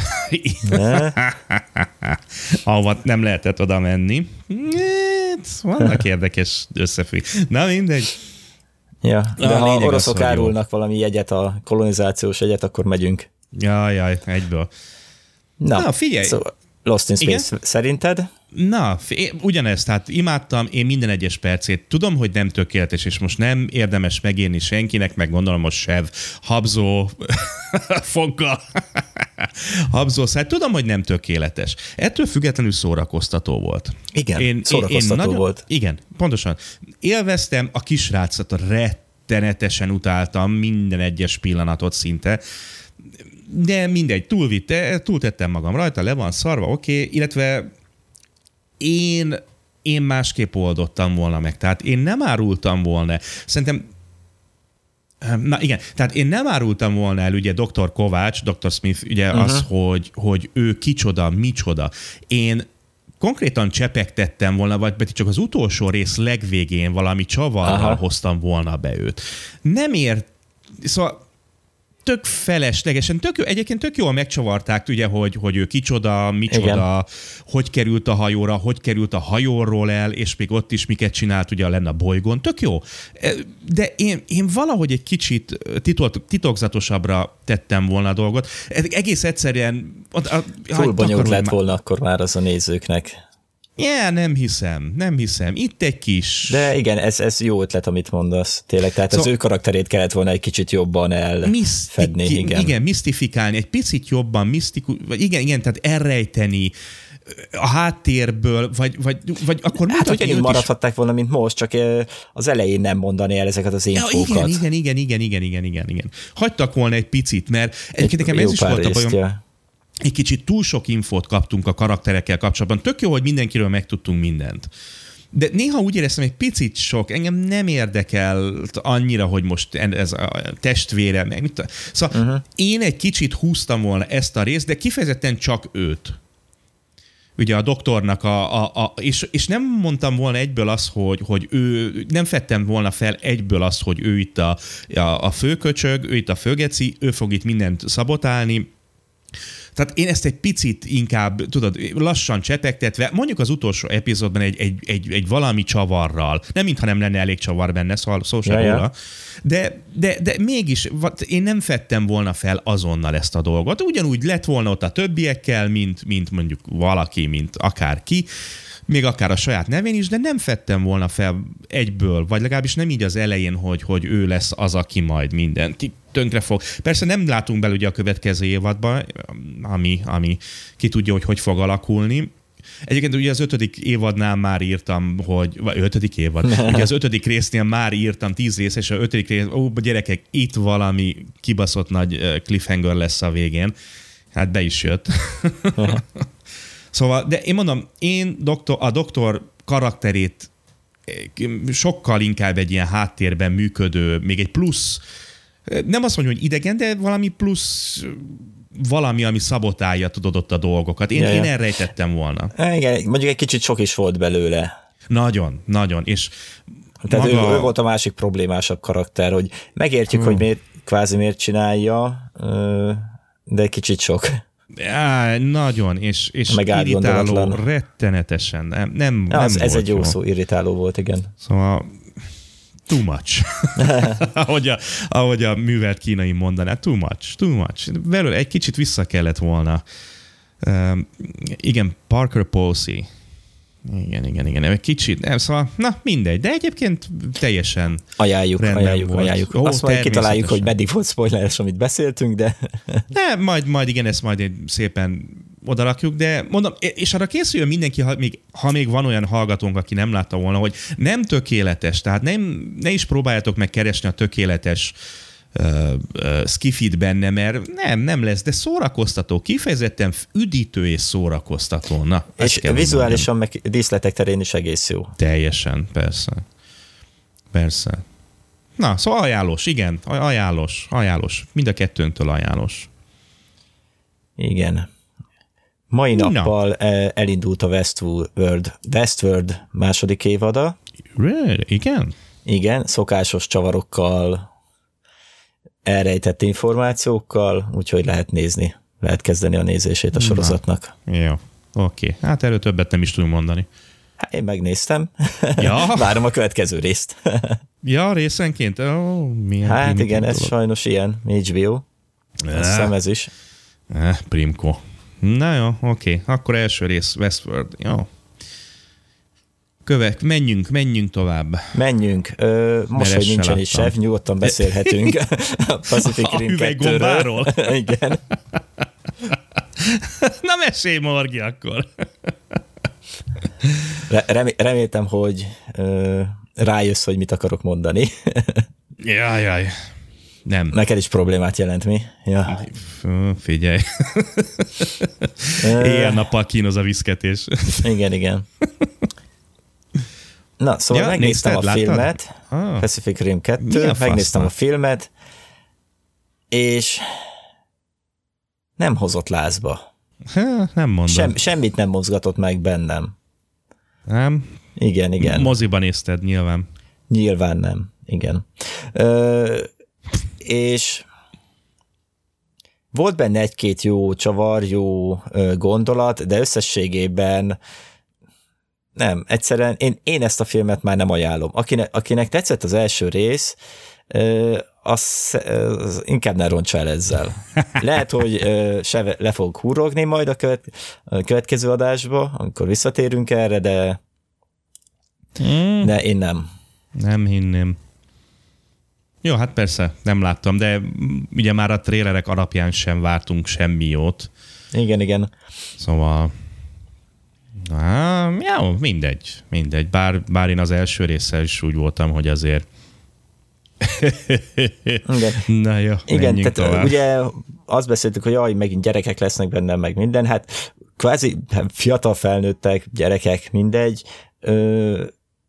ahova nem lehetett oda menni. Vannak érdekes összefügg. Na mindegy. Ja, de a ha oroszok az, árulnak jó. valami jegyet, a kolonizációs jegyet, akkor megyünk. Jaj, jaj, egyből. Na, Na figyelj. Szóval Lost in Space Igen? szerinted? Na, én, ugyanezt, tehát imádtam én minden egyes percét. Tudom, hogy nem tökéletes, és most nem érdemes megírni senkinek, meg gondolom most Sev, Habzó, Fonka, Habzó, szóval tudom, hogy nem tökéletes. Ettől függetlenül szórakoztató volt. Igen, én, szórakoztató én, én nagyon, volt. Igen, pontosan. Élveztem a kisrácot, rettenetesen utáltam minden egyes pillanatot szinte, de mindegy, túlvitte, túltettem magam rajta, le van szarva, oké, okay, illetve én, én másképp oldottam volna meg. Tehát én nem árultam volna. Szerintem, na igen, tehát én nem árultam volna el, ugye doktor Kovács, doktor Smith, ugye uh-huh. az, hogy, hogy ő kicsoda, micsoda. Én konkrétan csepegtettem volna, vagy pedig csak az utolsó rész legvégén valami csavarral Aha. hoztam volna be őt. Nem ért, szóval tök feleslegesen, tök jó, egyébként tök jól megcsavarták, ugye, hogy, hogy ő kicsoda, micsoda, Igen. hogy került a hajóra, hogy került a hajóról el, és még ott is miket csinált ugye lenne a bolygón. Tök jó. De én, én valahogy egy kicsit titokzatosabbra tettem volna a dolgot. Egész egyszerűen... Túl bonyolult lett volna akkor már az a nézőknek. Yeah, nem hiszem, nem hiszem. Itt egy kis... De igen, ez, ez jó ötlet, amit mondasz. Tényleg, tehát szóval az ő karakterét kellett volna egy kicsit jobban elfedni. Miszti- igen. igen, misztifikálni, egy picit jobban, misztikus, vagy igen, igen, tehát elrejteni a háttérből, vagy, vagy, vagy akkor... Hát ugyanígy maradhatták volna, mint most, csak az elején nem mondani el ezeket az infókat. Ja, igen, igen, igen, igen, igen, igen, igen. Hagytak volna egy picit, mert egyébként nekem ez is volt a bajom. Egy kicsit túl sok infót kaptunk a karakterekkel kapcsolatban. Tök jó, hogy mindenkiről megtudtunk mindent. De néha úgy éreztem, egy picit sok, engem nem érdekelt annyira, hogy most ez a testvére, meg mit. Szóval uh-huh. én egy kicsit húztam volna ezt a részt, de kifejezetten csak őt. Ugye a doktornak a... a, a és, és nem mondtam volna egyből azt, hogy, hogy ő... Nem fedtem volna fel egyből azt, hogy ő itt a, a, a főköcsög, ő itt a főgeci, ő fog itt mindent szabotálni. Tehát én ezt egy picit inkább, tudod, lassan csepegtetve, mondjuk az utolsó epizódban egy, egy, egy, egy valami csavarral, nem mintha nem lenne elég csavar benne, szó, szó sem róla, de, de, de mégis én nem fedtem volna fel azonnal ezt a dolgot. Ugyanúgy lett volna ott a többiekkel, mint, mint mondjuk valaki, mint akárki, még akár a saját nevén is, de nem fedtem volna fel egyből, vagy legalábbis nem így az elején, hogy, hogy ő lesz az, aki majd mindent tönkre fog. Persze nem látunk bele ugye a következő évadban, ami, ami ki tudja, hogy hogy fog alakulni. Egyébként ugye az ötödik évadnál már írtam, hogy, vagy ötödik évad, ugye az ötödik résznél már írtam tíz rész, és a ötödik rész, ó, gyerekek, itt valami kibaszott nagy cliffhanger lesz a végén. Hát be is jött. Szóval, de én mondom, én doktor, a doktor karakterét sokkal inkább egy ilyen háttérben működő, még egy plusz, nem azt mondom, hogy idegen, de valami plusz, valami, ami szabotálja, tudod, ott a dolgokat. Én, én elrejtettem volna. Igen, mondjuk egy kicsit sok is volt belőle. Nagyon, nagyon. És tehát maga... ő, ő volt a másik problémásabb karakter, hogy megértjük, hmm. hogy miért, kvázi miért csinálja, de egy kicsit sok. Á, nagyon, és, és irritáló, rettenetesen. Nem, nem, ja, az, nem ez egy jó jó szó, irritáló volt, igen. Szóval too much. ahogy, a, ahogy a művelt kínai mondaná, too much, too much. Belőle egy kicsit vissza kellett volna. Um, igen, Parker Posey. Igen, igen, igen. Egy kicsit, nem, szóval, na mindegy, de egyébként teljesen ajánljuk, ajánljuk, volt. ajánljuk. Ó, azt majd kitaláljuk, hogy meddig volt spoileres, amit beszéltünk, de... de majd, majd igen, ezt majd szépen odarakjuk, de mondom, és arra készüljön mindenki, ha még, ha még van olyan hallgatónk, aki nem látta volna, hogy nem tökéletes, tehát nem, ne is próbáljátok meg keresni a tökéletes uh, uh, skifit benne, mert nem, nem lesz, de szórakoztató, kifejezetten üdítő és szórakoztató. Na, és vizuálisan meg díszletek terén is egész jó. Teljesen, persze. Persze. Na, szóval ajánlós, igen, ajánlós, ajánlós. Mind a kettőnktől ajánlós. Igen. Mai nappal Na. elindult a Westworld, Westworld második évada. Really? Igen? Igen, szokásos csavarokkal, elrejtett információkkal, úgyhogy lehet nézni, lehet kezdeni a nézését a sorozatnak. Na. Jó, oké. Okay. Hát erről többet nem is tudunk mondani. Hát én megnéztem. Ja? Várom a következő részt. Ja, részenként? Oh, milyen hát igen, ez dolog. Sajnos ilyen, há bé o. Azt hiszem ez is. Eh, Primko. Na jó, oké. Okay. Akkor első rész Westworld. Jó. Kövek, menjünk, menjünk tovább. Menjünk. Ö, most, hogy nincsen is sef, nyugodtan beszélhetünk a Pacific Rim kettőről. Igen. Na mesélj, Morgi, akkor. Remé- reméltem, hogy ö, rájössz, hogy mit akarok mondani. Jaj, jaj. Nem. Neked is problémát jelent, mi? Ja. Figyelj. Éjjel-nappal kínoz a viszketés. Igen, igen. Na, szóval ja, megnéztem nézted, a filmet, ah. Pacific Rim kettő, a megnéztem a filmet, és nem hozott lázba. Ha, nem mondom. Sem, semmit nem mozgatott meg bennem. Nem? Igen, igen. Moziban nézted, nyilván. Nyilván nem, igen. Ö, és volt benne egy-két jó csavar, jó gondolat, de összességében nem, egyszerűen én, én ezt a filmet már nem ajánlom. Akinek, akinek tetszett az első rész, az, az inkább ne roncsa el ezzel. Lehet, hogy se le fog hurrogni majd a, követ, a következő adásba, amikor visszatérünk erre, de, mm. de én nem. Nem hinném. Jó, hát persze, nem láttam, de ugye már a trélerek alapján sem vártunk semmi jót. Igen, igen. Szóval... Á, jó, mindegy, mindegy. Bár, bár én az első résszel is úgy voltam, hogy azért... Igen. Na jó, igen, tehát tovább. Ugye azt beszéltük, hogy jaj, megint gyerekek lesznek benne, meg minden. Hát kvázi fiatal felnőttek, gyerekek, mindegy. Ö,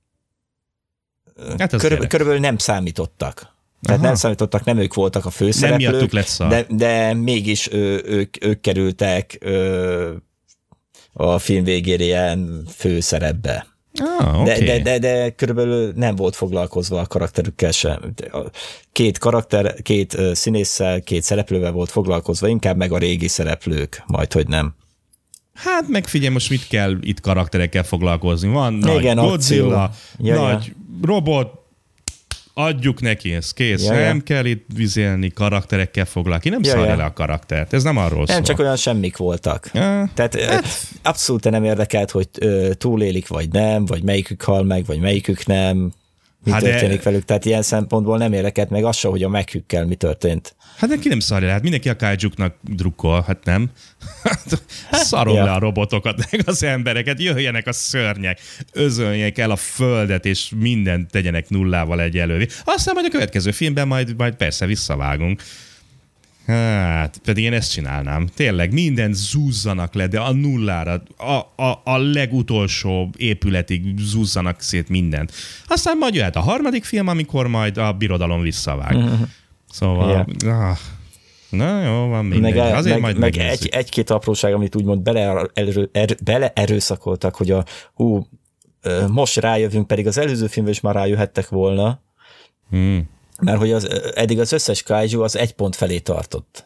hát körülbelül, körülbelül nem számítottak. Tehát Aha. nem számítottak, nem ők voltak a főszereplők, de, de mégis ő, ők, ők kerültek ö, a film végére ilyen főszerepbe. Ah, okay. de, de, de, de körülbelül nem volt foglalkozva a karakterükkel sem. Két karakter, két színésszel, két szereplővel volt foglalkozva, inkább meg a régi szereplők, majd hogy nem. Hát megfigyelj, most mit kell itt karakterekkel foglalkozni? Van igen, nagy Godzilla, ja, nagy ja. robot, adjuk neki, ez kész. Ja, nem ja. kell itt vizélni, karakterekkel foglalkozni. Nem ja, szarja ja. le a karaktert. Ez nem arról nem, szól. Nem, csak olyan semmik voltak. Ja. Tehát hát. abszolút nem érdekelt, hogy túlélik, vagy nem, vagy melyikük hal meg, vagy melyikük nem. Mi hát történik de... velük. Tehát ilyen szempontból nem érdekelt meg az se, hogy a meghükkel mi történt. Hát neki nem szarja le. Hát mindenki a kaijuknak drukkol, hát nem. Szarom ja. le a robotokat, meg az embereket, jöjjenek a szörnyek, özöljék el a földet, és mindent tegyenek nullával egyelővé. Aztán majd a következő filmben majd, majd persze visszavágunk. Hát, pedig én ezt csinálnám. Tényleg, mindent zúzzanak le, de a nullára, a, a, a legutolsó épületig zúzzanak szét mindent. Aztán majd jöhet a harmadik film, amikor majd a birodalom visszavág. Mm-hmm. Szóval... Yeah. Ah, na jó, van mindegy. Meg, Azért meg, majd meg egy, egy-két apróság, amit úgymond beleerő, er, beleerőszakoltak, hogy a hú, most rájövünk, pedig az előző filmben is már rájöhettek volna. Hmm. Mert hogy az, eddig az összes kaiju az egy pont felé tartott.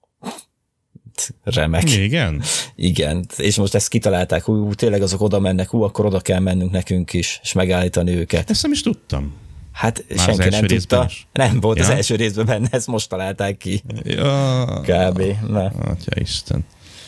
Remek. Igen? Igen, és most ezt kitalálták, hú, tényleg azok oda mennek, hú, akkor oda kell mennünk nekünk is, és megállítani őket. Ezt nem is tudtam. Hát már senki nem tudta. Is? Nem volt ja. az első részben benne, ezt most találták ki. Ja. Kb. Na. Atya Isten.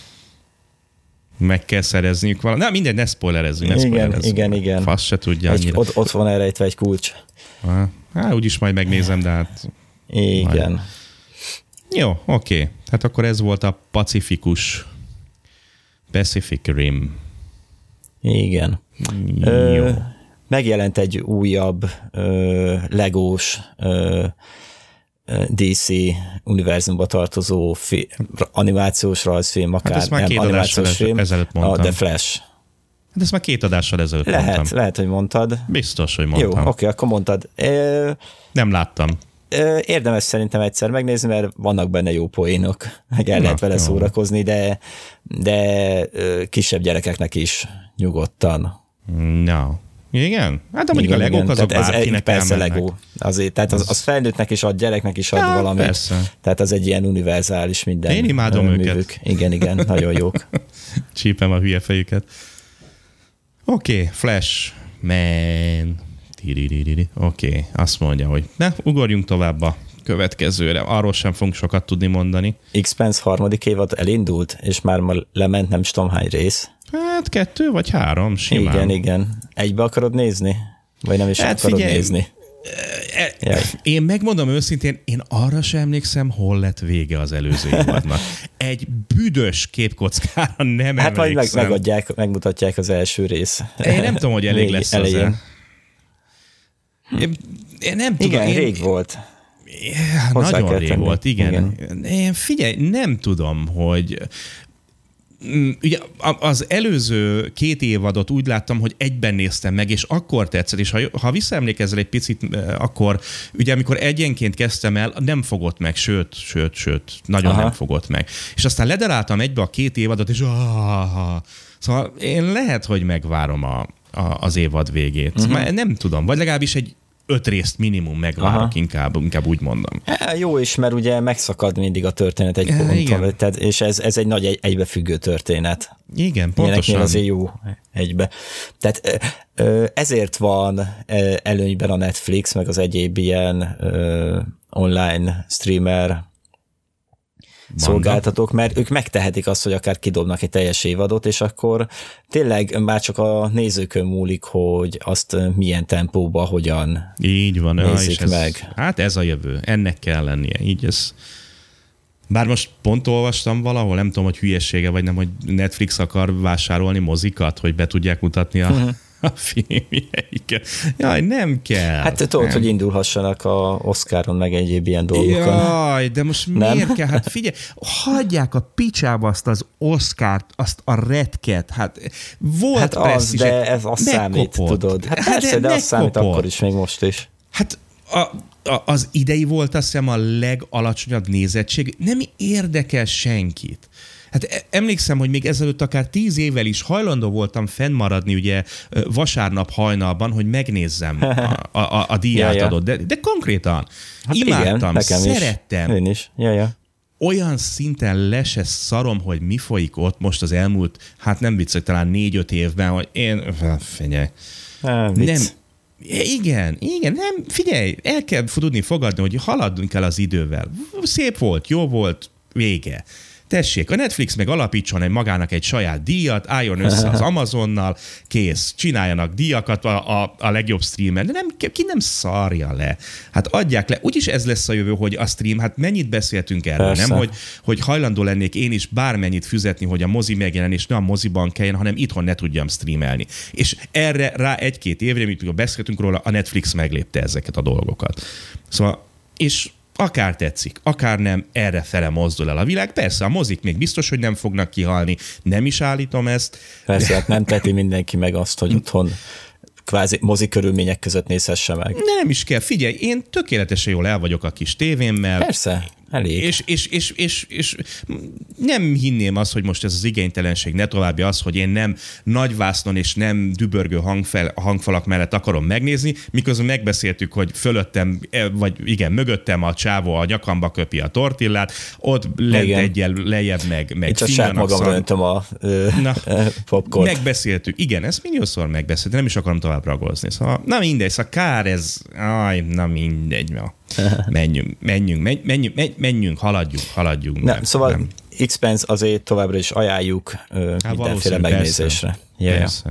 Meg kell szerezniük valamit. Na mindegy, ne spoilerezzünk, ne igen, spoilerezzünk. Igen, igen. Fasz se tudja egy, ott, ott van elrejtve egy kulcs. Hát úgyis majd megnézem, de hát... Igen. Majd. Jó, oké. Okay. Hát akkor ez volt a Pacifikus Pacific Rim. Igen. Jó. Ö, megjelent egy újabb ö, legós ö, dé cé univerzumba tartozó fi, animációs rajzfilm, akár hát nem animációs film, a The Flash. Hát ezt már két adással ezelőtt lehet, mondtam. Lehet, hogy mondtad. Biztos, hogy mondtam. Jó, oké, akkor mondtad. É, nem láttam. Érdemes szerintem egyszer megnézni, mert vannak benne jó poénok, meg el Na, lehet vele jó. szórakozni, de, de kisebb gyerekeknek is nyugodtan. No. Igen? Hát de mondjuk igen, a legók azok bárkinek persze Legó. Azért, tehát az, az felnőttnek is ad, gyereknek is ad ja, valamit. Persze. Tehát az egy ilyen univerzális minden. Én imádom művük. őket. Igen, igen, nagyon jók. Csípem a hülye fejüket. Oké, okay, Flash, man. Oké, okay, azt mondja, hogy ne, ugorjunk tovább a következőre. Arról sem fogunk sokat tudni mondani. Expanse harmadik évad elindult, és már ma lement nem is tudom hány rész. Hát kettő vagy három, simán. Igen, igen. Egybe akarod nézni? Vagy nem is hát akarod figyelj, nézni? E, én megmondom őszintén, én arra sem emlékszem, hol lett vége az előző évadnak. Egy büdös képkockára nem hát emlékszem. Hát majd meg, megadják, megmutatják az első rész. Én nem tudom, hogy elég lesz az el. Én, én nem tudom. Igen, én, rég volt. Ja, nagyon rég tenni. volt, igen. igen. Én figyelj, nem tudom, hogy... Ugye az előző két évadot úgy láttam, hogy egyben néztem meg, és akkor tetszett, és ha, ha visszaemlékezel egy picit, akkor ugye amikor egyenként kezdtem el, nem fogott meg, sőt, sőt, sőt, nagyon Aha. nem fogott meg. És aztán ledaráltam egybe a két évadot, és ah, szóval én lehet, hogy megvárom a, a, az évad végét. Uh-huh. Már nem tudom, vagy legalábbis egy öt részt minimum megvárok, inkább, inkább úgy mondom. É, jó is, mert ugye megszakad mindig a történet egy ponton, tehát, és ez, ez egy nagy egy, egybefüggő történet. Igen, pontosan. Ilyeneknél azért jó egybe. Tehát ezért van előnyben a Netflix, meg az egyéb ilyen online streamer szolgáltatók, mert ők megtehetik azt, hogy akár kidobnak egy teljes évadot, és akkor tényleg már csak a nézőkön múlik, hogy azt milyen tempóban, hogyan így van, nézik ez, meg. Hát ez a jövő, ennek kell lennie. Így ez. Bár most pont olvastam valahol, nem tudom, hogy hülyessége, vagy nem, hogy Netflix akar vásárolni mozikat, hogy be tudják mutatni a, uh-huh. a filmjeiket. Jaj, nem kell. Hát te tudod, hogy indulhassanak a Oscaron, meg egyéb ilyen dolgokon. Jaj, de most nem? miért kell? Hát figyelj, hagyják a picsába azt az Oscart, azt a retket. Hát volt hát az, de ez azt számít, tudod. Hát, hát persze, de, de azt számít akkor is, még most is. Hát a, a, az idei volt azt hiszem a legalacsonyabb nézettség. Nem érdekel senkit. Hát emlékszem, hogy még ezelőtt akár tíz évvel is hajlandó voltam fennmaradni ugye vasárnap hajnalban, hogy megnézzem a, a, a díját ja, ja. adott. De, de konkrétan hát imádtam, igen, szerettem. Is. Én is. Ja, ja. Olyan szinten le se szarom, hogy mi folyik ott most az elmúlt, hát nem vicc, hogy talán négy-öt évben, hogy én, figyelj, Há, nem, igen, igen, nem, figyelj, el kell tudni fogadni, hogy haladnunk el az idővel. Szép volt, jó volt, vége. Tessék, a Netflix meg alapítson egy magának egy saját díjat, álljon össze az Amazonnal, kész, csináljanak díjakat a, a, a legjobb streamen, de nem, ki nem szarja le. Hát adják le. Úgyis ez lesz a jövő, hogy a stream, hát mennyit beszéltünk erről, Persze. nem? Hogy, hogy hajlandó lennék én is bármennyit fizetni, hogy a mozi megjelен, és ne a moziban kelljen, hanem itthon ne tudjam streamelni. És erre rá egy-két évre, amikor beszéltünk róla, a Netflix meglépte ezeket a dolgokat. Szóval, és akár tetszik, akár nem, erre fele mozdul el a világ. Persze, a mozik még biztos, hogy nem fognak kihalni, nem is állítom ezt. Persze, hát nem teti mindenki meg azt, hogy otthon kvázi mozi körülmények között nézhesse meg. Nem is kell. Figyelj, én tökéletesen jól el vagyok a kis tévémmel. Persze, elég. És, és, és, és, és nem hinném azt, hogy most ez az igénytelenség ne további az, hogy én nem nagyvásznon és nem dübörgő hangfel, hangfalak mellett akarom megnézni, miközben megbeszéltük, hogy fölöttem, vagy igen, mögöttem a csávó a nyakamba köpi a tortillát, ott lent egyel lejjebb meg, meg csak saját magamra öntöm a ö, na, popcorn. Megbeszéltük. Igen, ezt milliószor megbeszéltük, nem is akarom tovább ragozni. Szóval, na mindegy, szóval kár ez, aj, na mindegy, na. menjünk, menjünk, menjünk, menjünk, menjünk, haladjunk, haladjunk. Nem, szóval nem. Expanse azért továbbra is ajánljuk ö, hát mindenféle megnézésre. Persze. persze.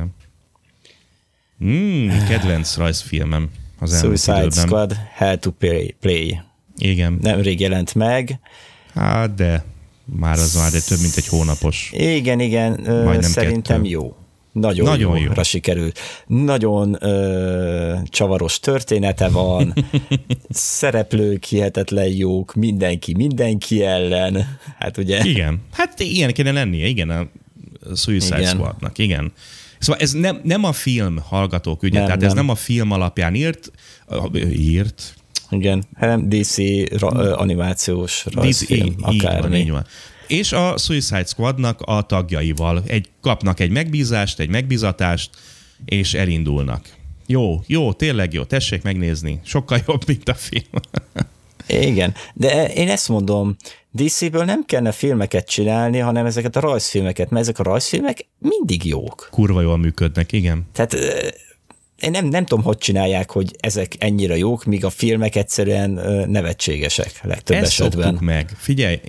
Mm, kedvenc rajzfilmem az elmúlt Suicide időben. Squad, Hell to Play. play. Igen. Nemrég jelent meg. Hát de már az már de több mint egy hónapos. Igen, igen, ö, szerintem kettő. jó. Nagyon, Nagyon jóra jó. sikerült. Nagyon ö, csavaros története van, szereplők hihetetlen jók, mindenki mindenki ellen. Hát ugye? Igen. Hát ilyen kéne lennie, igen, a Suicide igen. Squadnak, igen. Szóval ez nem, nem a film hallgatók ügye, nem, tehát nem. ez nem a film alapján írt, írt. Igen, hanem dé cé ra, animációs rajzfilm, akármi. Így van. És a Suicide Squadnak a tagjaival egy, kapnak egy megbízást, egy megbízatást, és elindulnak. Jó, jó, tényleg jó, tessék megnézni. Sokkal jobb, mint a film. Igen, de én ezt mondom, dé céből nem kellene filmeket csinálni, hanem ezeket a rajzfilmeket, mert ezek a rajzfilmek mindig jók. Kurva jól működnek, igen. Tehát én nem, nem tudom, hogy csinálják, hogy ezek ennyire jók, míg a filmek egyszerűen nevetségesek legtöbb ezt esetben. Ezt szoktuk meg. Figyelj, én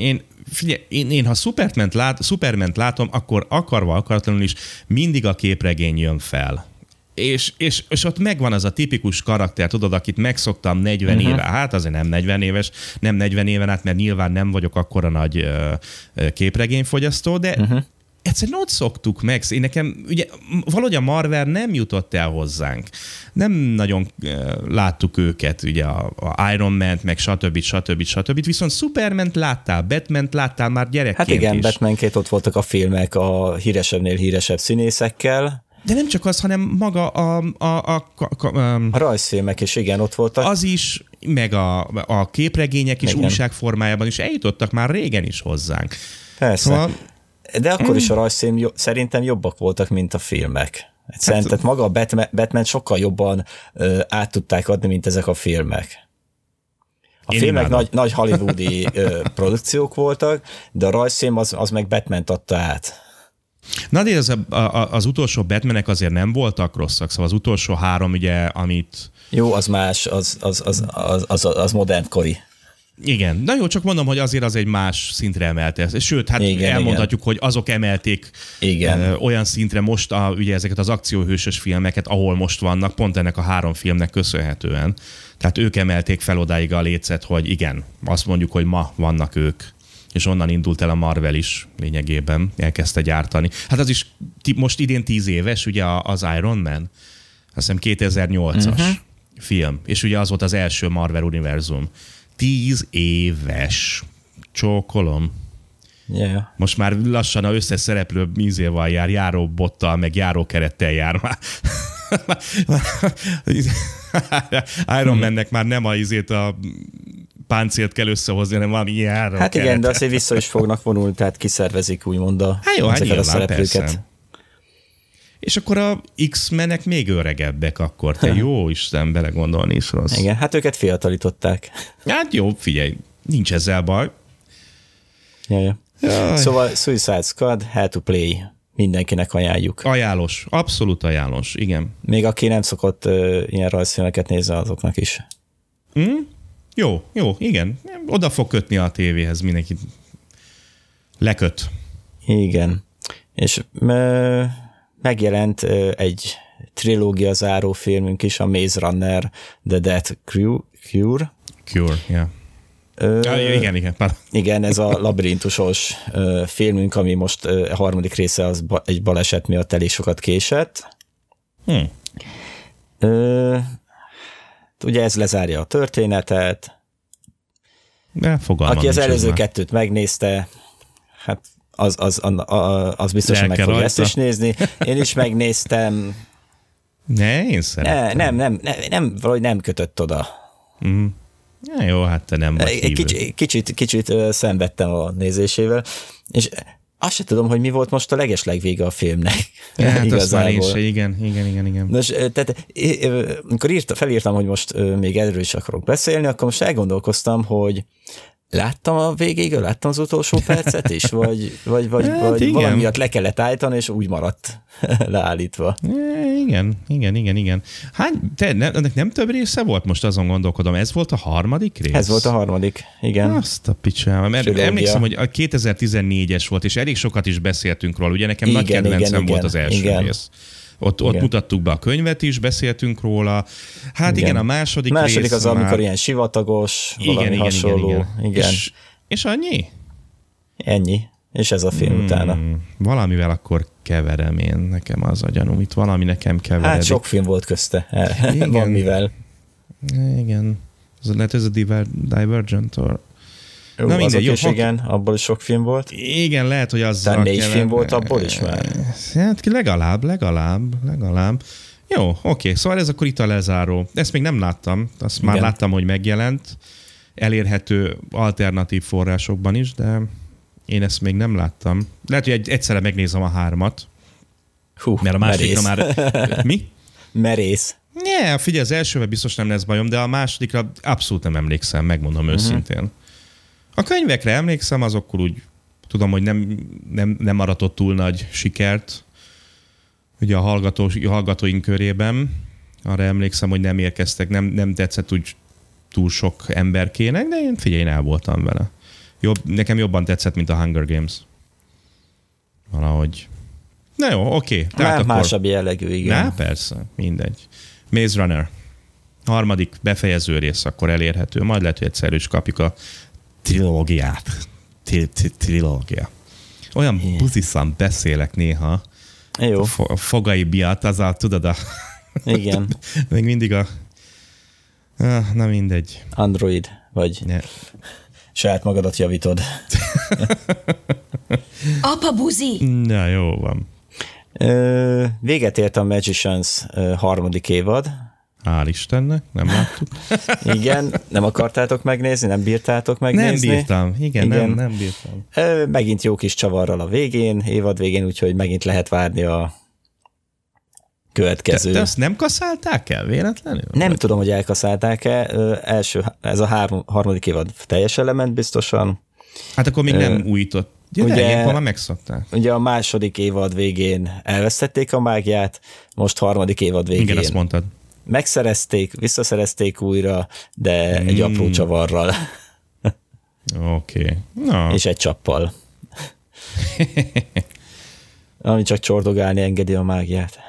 figyelj, én, én ha Superment, lát, Superment látom, akkor akarva, akaratlanul is mindig a képregény jön fel. És, és, és ott megvan az a tipikus karakter, tudod, akit megszoktam negyven uh-huh. éve, hát azért nem negyven éves, nem negyven éven át, mert nyilván nem vagyok akkora nagy uh, képregényfogyasztó, de uh-huh. egyszerűen ott szoktuk meg. Én nekem, ugye valahogy a Marvel nem jutott el hozzánk. Nem nagyon uh, láttuk őket, ugye a, a Iron Man-t, meg stb. stb. stb. Viszont Superman-t láttál, Batman-t láttál már gyerekként. Hát igen, is. Batman-ként ott voltak a filmek a híresebbnél híresebb színészekkel. De nem csak az, hanem maga a... A, a, a, a, a rajzfilmek is, igen, ott voltak. Az is, meg a, a képregények is igen. újságformájában is eljutottak már régen is hozzánk. Persze. Szóval, de akkor mm. is a rajzfilm jo- szerintem jobbak voltak, mint a filmek. Szerintem hát, maga a Batman, Batman sokkal jobban ö, át tudták adni, mint ezek a filmek. A Én filmek nagy, nagy hollywoodi ö, produkciók voltak, de a rajzfilm az, az meg Batmant adta át. Na de az, a, a, az utolsó Batmanek azért nem voltak rosszak, szóval az utolsó három, ugye, amit... Jó, az más, az, az, az, az, az, az modern kori. Igen, na jó, csak mondom, hogy azért az egy más szintre emelte. Sőt, hát igen, elmondhatjuk, igen. hogy azok emelték igen. Ö, olyan szintre most a, ugye ezeket az akcióhősös filmeket, ahol most vannak, pont ennek a három filmnek köszönhetően. Tehát ők emelték fel odáig a lécet, hogy igen, azt mondjuk, hogy ma vannak ők. És onnan indult el a Marvel is lényegében, elkezdte gyártani. Hát az is most idén tíz éves, ugye az Iron Man, azt hiszem kétezer-nyolcas uh-huh. film, és ugye az volt az első Marvel univerzum. Tíz éves. Csókolom. Yeah. Most már lassan az összes szereplő mízéval jár, járóbottal, meg járókerettel jár már. Iron mm. Man-nek már nem a izét a páncélt kell összehozni, hanem valami járó. Hát igen, kerete. De azért vissza is fognak vonulni, tehát kiszervezik úgymond a, hát jó, hát a szereplőket. Persze. És akkor a X-menek még öregebbek akkor. Te jó Isten, belegondolni is rossz. Igen, hát őket fiatalították. Hát jó, figyelj, nincs ezzel baj. Jaj. Szóval Suicide Squad, How to Play. Mindenkinek ajánljuk. Ajánlós, abszolút ajánlós, igen. Még aki nem szokott uh, ilyen rajzfilmeket nézze, azoknak is. Mm? Jó, jó, igen. Oda fog kötni a tévéhez, mindenki leköt. Igen. És uh, megjelent uh, egy trilógia záró filmünk is, a Maze Runner, The Death Cure. Cure, yeah. Ö, ja, igen, igen. Igen, ez a labirintusos ö, filmünk, ami most ö, a harmadik része az ba, egy baleset miatt elég sokat késett. Hmm. Ö, ugye ez lezárja a történetet. De aki az előző kettőt megnézte, hát az, az, az, az biztos, hogy meg fogja ezt is nézni. Én is megnéztem. Ne, én szeretem. Ne, nem, nem, nem, nem, valahogy nem kötött oda. Mm. Ja, jó, hát te nem vagy hívő. Kicsit, kicsit, kicsit szenvedtem a nézésével, és azt sem tudom, hogy mi volt most a legeslegvége a filmnek. Ja, hát azt már én se, igen, igen, igen, igen. Nos, tehát amikor írta, felírtam, hogy most még erről is akarok beszélni, akkor most elgondolkoztam, hogy láttam a végéig, láttam az utolsó percet is, vagy, vagy, vagy, hát vagy valamiatt le kellett állítani, és úgy maradt leállítva. Igen, igen, igen, igen. Hány, te, ne, ennek nem több része volt? Most azon gondolkodom, ez volt a harmadik rész? Ez volt a harmadik, igen. Azt a picsába, mert Trilógia. Emlékszem, hogy a kétezer-tizennégyes volt, és elég sokat is beszéltünk róla. Ugye nekem igen, nagy kedvencem volt az első igen. rész. Ott, ott mutattuk be a könyvet is, beszéltünk róla. Hát igen, igen a második, második rész az, már... amikor ilyen sivatagos, igen, valami igen, hasonló. Igen, igen. Igen. És, és annyi? Ennyi. És ez a film hmm, utána. Valamivel akkor keverem én, nekem az a gyanúm. Itt valami nekem keveredik. Hát sok film volt közte. Igen. Van mivel. Igen. Ez lehet ez a Divergent? Or... Jó, Na minden, jó, is ha... igen, abból is sok film volt. Igen, lehet, hogy azzal Tehát négy kever... film volt abból is már. Hát legalább, legalább, legalább. Jó, oké, szóval ez akkor itt a lezáró. Ezt még nem láttam, azt igen. már láttam, hogy megjelent. Elérhető alternatív forrásokban is, de én ezt még nem láttam. Lehet, hogy egyszerre megnézem a hármat. Hú, mert a másikra már... Mi? Merész. Ne, figyelj, az elsővel biztos nem lesz bajom, de a másodikra abszolút nem emlékszem, megmondom uh-huh. őszintén. A könyvekre emlékszem, azokkor úgy tudom, hogy nem, nem, nem aratott túl nagy sikert ugye a, hallgató, a hallgatóink körében. Arra emlékszem, hogy nem érkeztek, nem, nem tetszett úgy túl sok emberkének, de én figyelj, én el voltam vele. jobb, nekem jobban tetszett, mint a Hunger Games. Valahogy. Na jó, oké. Tehát akkor... másabb jellegű, igen. Na, persze, mindegy. Maze Runner. Harmadik befejező rész akkor elérhető. Majd lehet, hogy egyszer is kapjuk a trilógiát. Trilógia. Olyan buziszan beszélek néha. Jó. A fogai miatt, az a, tudod, a... Igen. Még mindig a... Ah, na mindegy. Android, vagy ne. Saját magadat javítod. Apa buzi! Na, jó van. Ö, véget ért a Magicians ö, harmadik évad. Hál' Istennek, nem láttuk. Igen, nem akartátok megnézni, nem bírtátok megnézni. Nem bírtam, igen, igen. Nem, nem bírtam. Ö, megint jó kis csavarral a végén, évad végén, úgyhogy megint lehet várni a következő. Te, te azt nem kaszálták el véletlenül? Nem vagy? Tudom, hogy elkaszálták-e. Ö, első, ez a három, harmadik évad teljes element biztosan. Hát akkor még Ö, nem újított. Ja, ugye, ilyenkor már megszokták. Ugye a második évad végén elvesztették a mágiát, most harmadik évad végén. Igen, azt mondtad. Megszerezték, visszaszerezték újra, de mm. egy apró csavarral. Oké. Okay. No. És egy csappal. Ami csak csordogálni engedi a mágiát.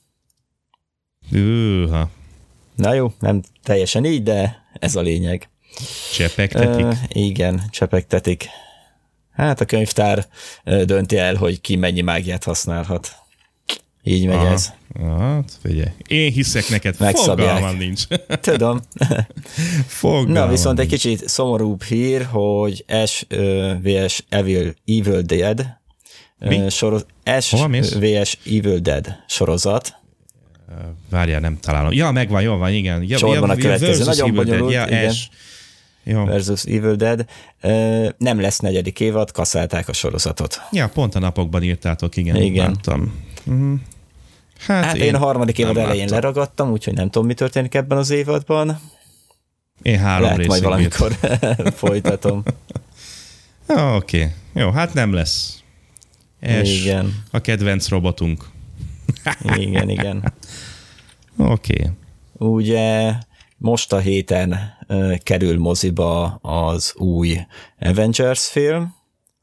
Őha. Na jó, nem teljesen így, de ez a lényeg. Csepegtetik? Uh, igen, csepegtetik. Hát a könyvtár dönti el, hogy ki mennyi mágiát használhat. Így megy. Aha. Ez. Hát, figyelj. Én hiszek neked, fogalmam nincs. Tudom. Fogalmam Na, viszont nincs. Egy kicsit szomorúbb hír, hogy Ash vs Evil, Evil Dead Mi? Soroz, Ash vs Evil Dead sorozat. Várjál, nem találom. Ja, megvan, jó van, igen. Ja, Sorban ja, a következő. Nagyon bonyolult. Ja, igen. Ash. Jó. Versus Evil Dead. Nem lesz negyedik évad, kaszálták a sorozatot. Ja, pont a napokban írtátok, igen. Igen. Láttam. Uh-huh. Hát, hát én, én a harmadik évad elején láttam. Leragadtam, úgyhogy nem tudom, mi történik ebben az évadban. Én három Lehet majd valamikor folytatom. ah, Oké, okay. Jó, hát nem lesz. És igen. A kedvenc robotunk. igen, igen. Oké. Okay. Ugye most a héten uh, kerül moziba az új Avengers film.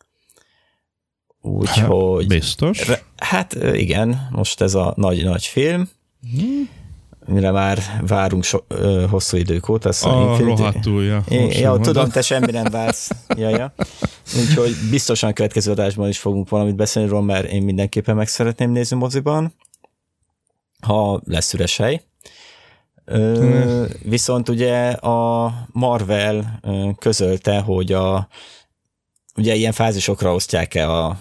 Úgyhogy... Biztos? Re, hát igen, most ez a nagy-nagy film, hmm. mire már várunk so, ö, hosszú idők óta. A rohadtul, ja. Ja, tudom, te semmi nem vársz. ja, ja. Úgyhogy biztosan a következő adásban is fogunk valamit beszélni róla, mert én mindenképpen meg szeretném nézni moziban, ha lesz üres hely. Ö, hmm. Viszont ugye a Marvel közölte, hogy a ugye ilyen fázisokra osztják el a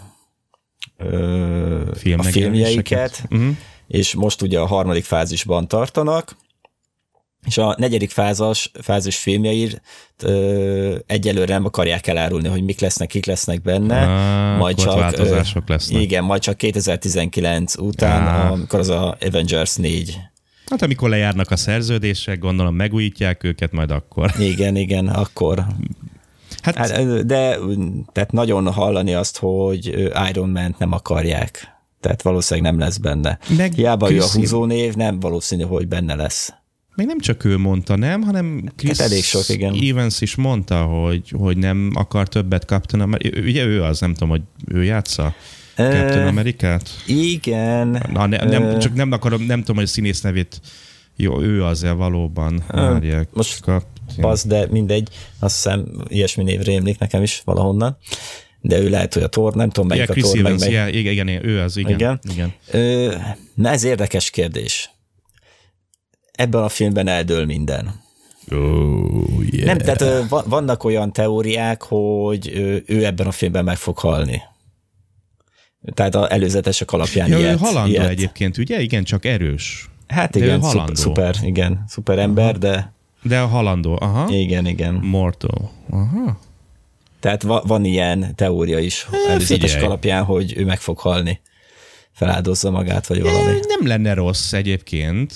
a filmjeiket, uh-huh. és most ugye a harmadik fázisban tartanak, és a negyedik fázis, fázis filmjeit ö, egyelőre nem akarják elárulni, hogy mik lesznek, kik lesznek benne, ah, majd csak változások lesznek. Igen, majd csak kétezer-tizenkilenc után, ah. amikor az a Avengers négy. Hát amikor lejárnak a szerződések, gondolom megújítják őket, majd akkor. Igen, igen, akkor... Hát, hát, de tehát nagyon hallani azt, hogy Iron Man-t nem akarják. Tehát valószínűleg nem lesz benne. Meg hiába ő a húzónév, nem valószínű, hogy benne lesz. Még nem csak ő mondta, nem, hanem Chris hát elég sok, igen. Evans is mondta, hogy, hogy nem akar többet Captain America. Ugye ő az, nem tudom, hogy ő játsza Captain Amerikát? Igen. Na, ne, nem, csak nem akarom, nem tudom, hogy a színész nevét. Jó, ő az-e valóban. Várják, most az, de mindegy. Azt hiszem, ilyesmi név rémlik nekem is valahonnan. De ő lehet, hogy a Thor, nem tudom, melyik yeah, a Thor. Evans, meg, meg... Igen, igen, ő az, igen. igen? igen. Ö, na ez érdekes kérdés. Ebben a filmben eldől minden. Oh, yeah. Nem, tehát vannak olyan teóriák, hogy ő ebben a filmben meg fog halni. Tehát az előzetesek alapján ja, ilyet. Ő halandó ilyet. Egyébként, ugye? Igen, csak erős. Hát igen, szuper, szuper, igen, szuper ember, de... De a halandó, aha. Igen, igen. Mortal, aha. Tehát va- van ilyen teória is hát, előzetesek figyelj. alapján, hogy ő meg fog halni. Feláldozza magát, vagy valami. Nem lenne rossz egyébként.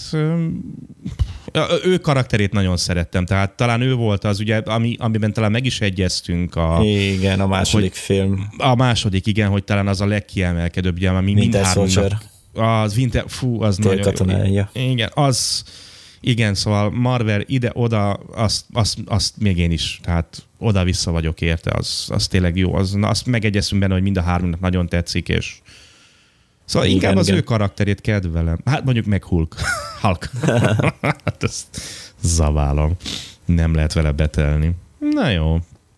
Ő karakterét nagyon szerettem, tehát talán ő volt az, ugye, ami, amiben talán meg is egyeztünk. A, igen, a második hogy, film. A második, igen, hogy talán az a legkiemelkedőbb, ugye, ami mindháromnak. Az Winter, fú, az nagyon jó. Ja. Igen, az Igen, szóval Marvel ide-oda, azt, azt, azt még én is, tehát oda-vissza vagyok érte, az, az tényleg jó. Az, na, azt megegyezünk benne, hogy mind a háromnak nagyon tetszik, és szóval igen, inkább az igen. ő karakterét kedvelem. Hát mondjuk meg Hulk. Hulk. Hát ezt zaválom. Nem lehet vele betelni. Na jó.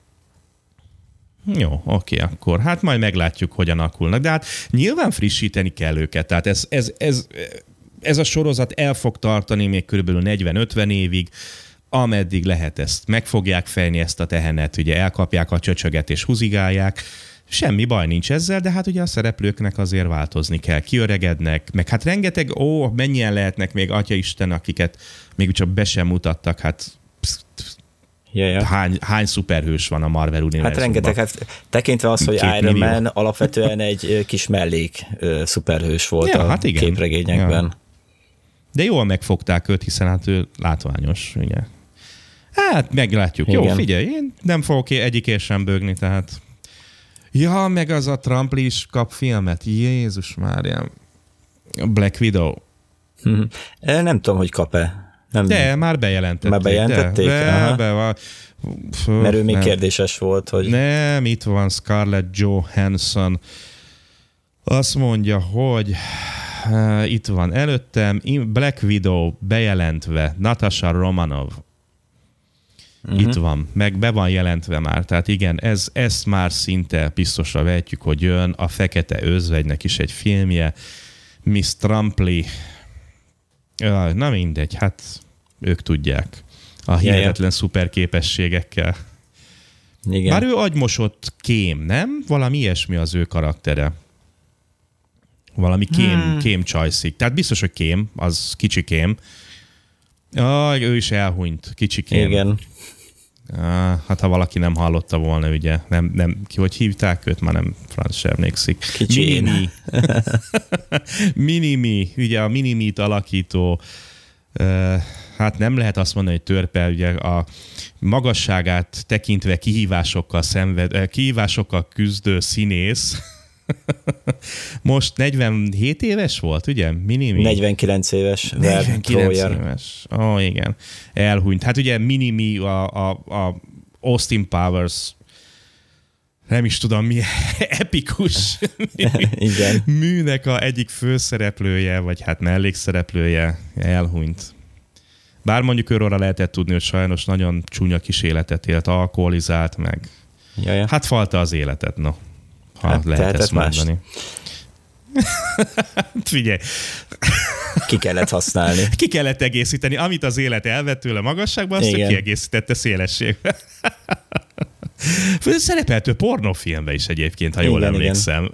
Jó, oké, akkor. Hát majd meglátjuk, hogyan alakulnak. De hát nyilván frissíteni kell őket. Tehát ez, ez, ez, ez a sorozat el fog tartani még körülbelül negyven-ötven évig, ameddig lehet ezt. Meg fogják fejni ezt a tehenet, ugye elkapják a csöcsöget és húzigálják. Semmi baj nincs ezzel, de hát ugye a szereplőknek azért változni kell. Kiöregednek, meg hát rengeteg, ó, mennyien lehetnek még, atyaisten, akiket még csak be sem mutattak, hát psz, psz, ja, ja. Hány, hány szuperhős van a Marvel univerzumban? Hát rengeteg, hát tekintve az, hogy Két Iron millió. Man alapvetően egy kis mellék szuperhős volt ja, a hát képregényekben. Ja. De jól megfogták őt, hiszen hát ő látványos, ugye. Hát meglátjuk. Igen. Jó, figyelj, én nem fogok egyikért sem bőgni, tehát ja, meg az a Trump is kap filmet. Jézus Mária. Black Widow. Nem tudom, hogy kap-e. Nem, de már bejelentették. Már bejelentették? De, be, be, Fő, mert ő még nem. kérdéses volt, hogy... Nem, itt van Scarlett Johansson. Azt mondja, hogy uh, itt van előttem Black Widow bejelentve, Natasha Romanoff. Uh-huh. Itt van, meg be van jelentve már. Tehát igen, ez, ezt már szinte biztosra vehetjük, hogy jön. A Fekete Özvegynek is egy filmje. Miss Trumpli. Na mindegy, hát ők tudják. A hihetetlen szuper képességekkel. Igen. Bár ő agymosott kém, nem? Valami ilyesmi az ő karaktere. Valami kém, hmm. kém csajszik. Tehát biztos, hogy kém, az kicsi kém. Ah, ő is elhunyt, kicsi kém. Igen. Ah, hát ha valaki nem hallotta volna, ugye, nem, nem, ki hogy hívták őt, már nem franc sem emlékszik. Kicsi. Minimi. Minimi, ugye a Minimit alakító, uh, hát nem lehet azt mondani, hogy törpe, ugye a magasságát tekintve kihívásokkal szenved, kihívásokkal küzdő színész. Most negyvenhét éves volt, ugye? Minimi? negyvenkilenc éves. negyvenkilenc éves. Ó, oh, igen. Elhunyt. Hát ugye Minimi, a, a, a Austin Powers, nem is tudom mi, epikus igen. műnek a egyik főszereplője, vagy hát mellékszereplője elhunyt. Bár mondjuk őróla lehetett tudni, hogy sajnos nagyon csúnya kis életet élt, alkoholizált meg. Jaja. Hát falta az életet, no. Ha hát, lehet ezt mondani. Figyelj. Ki kellett használni. Ki kellett egészíteni. Amit az élet elvett tőle magasságban, azt ő kiegészítette szélességbe. Szerepelt ő pornófilmbe is egyébként, ha jól igen, emlékszem.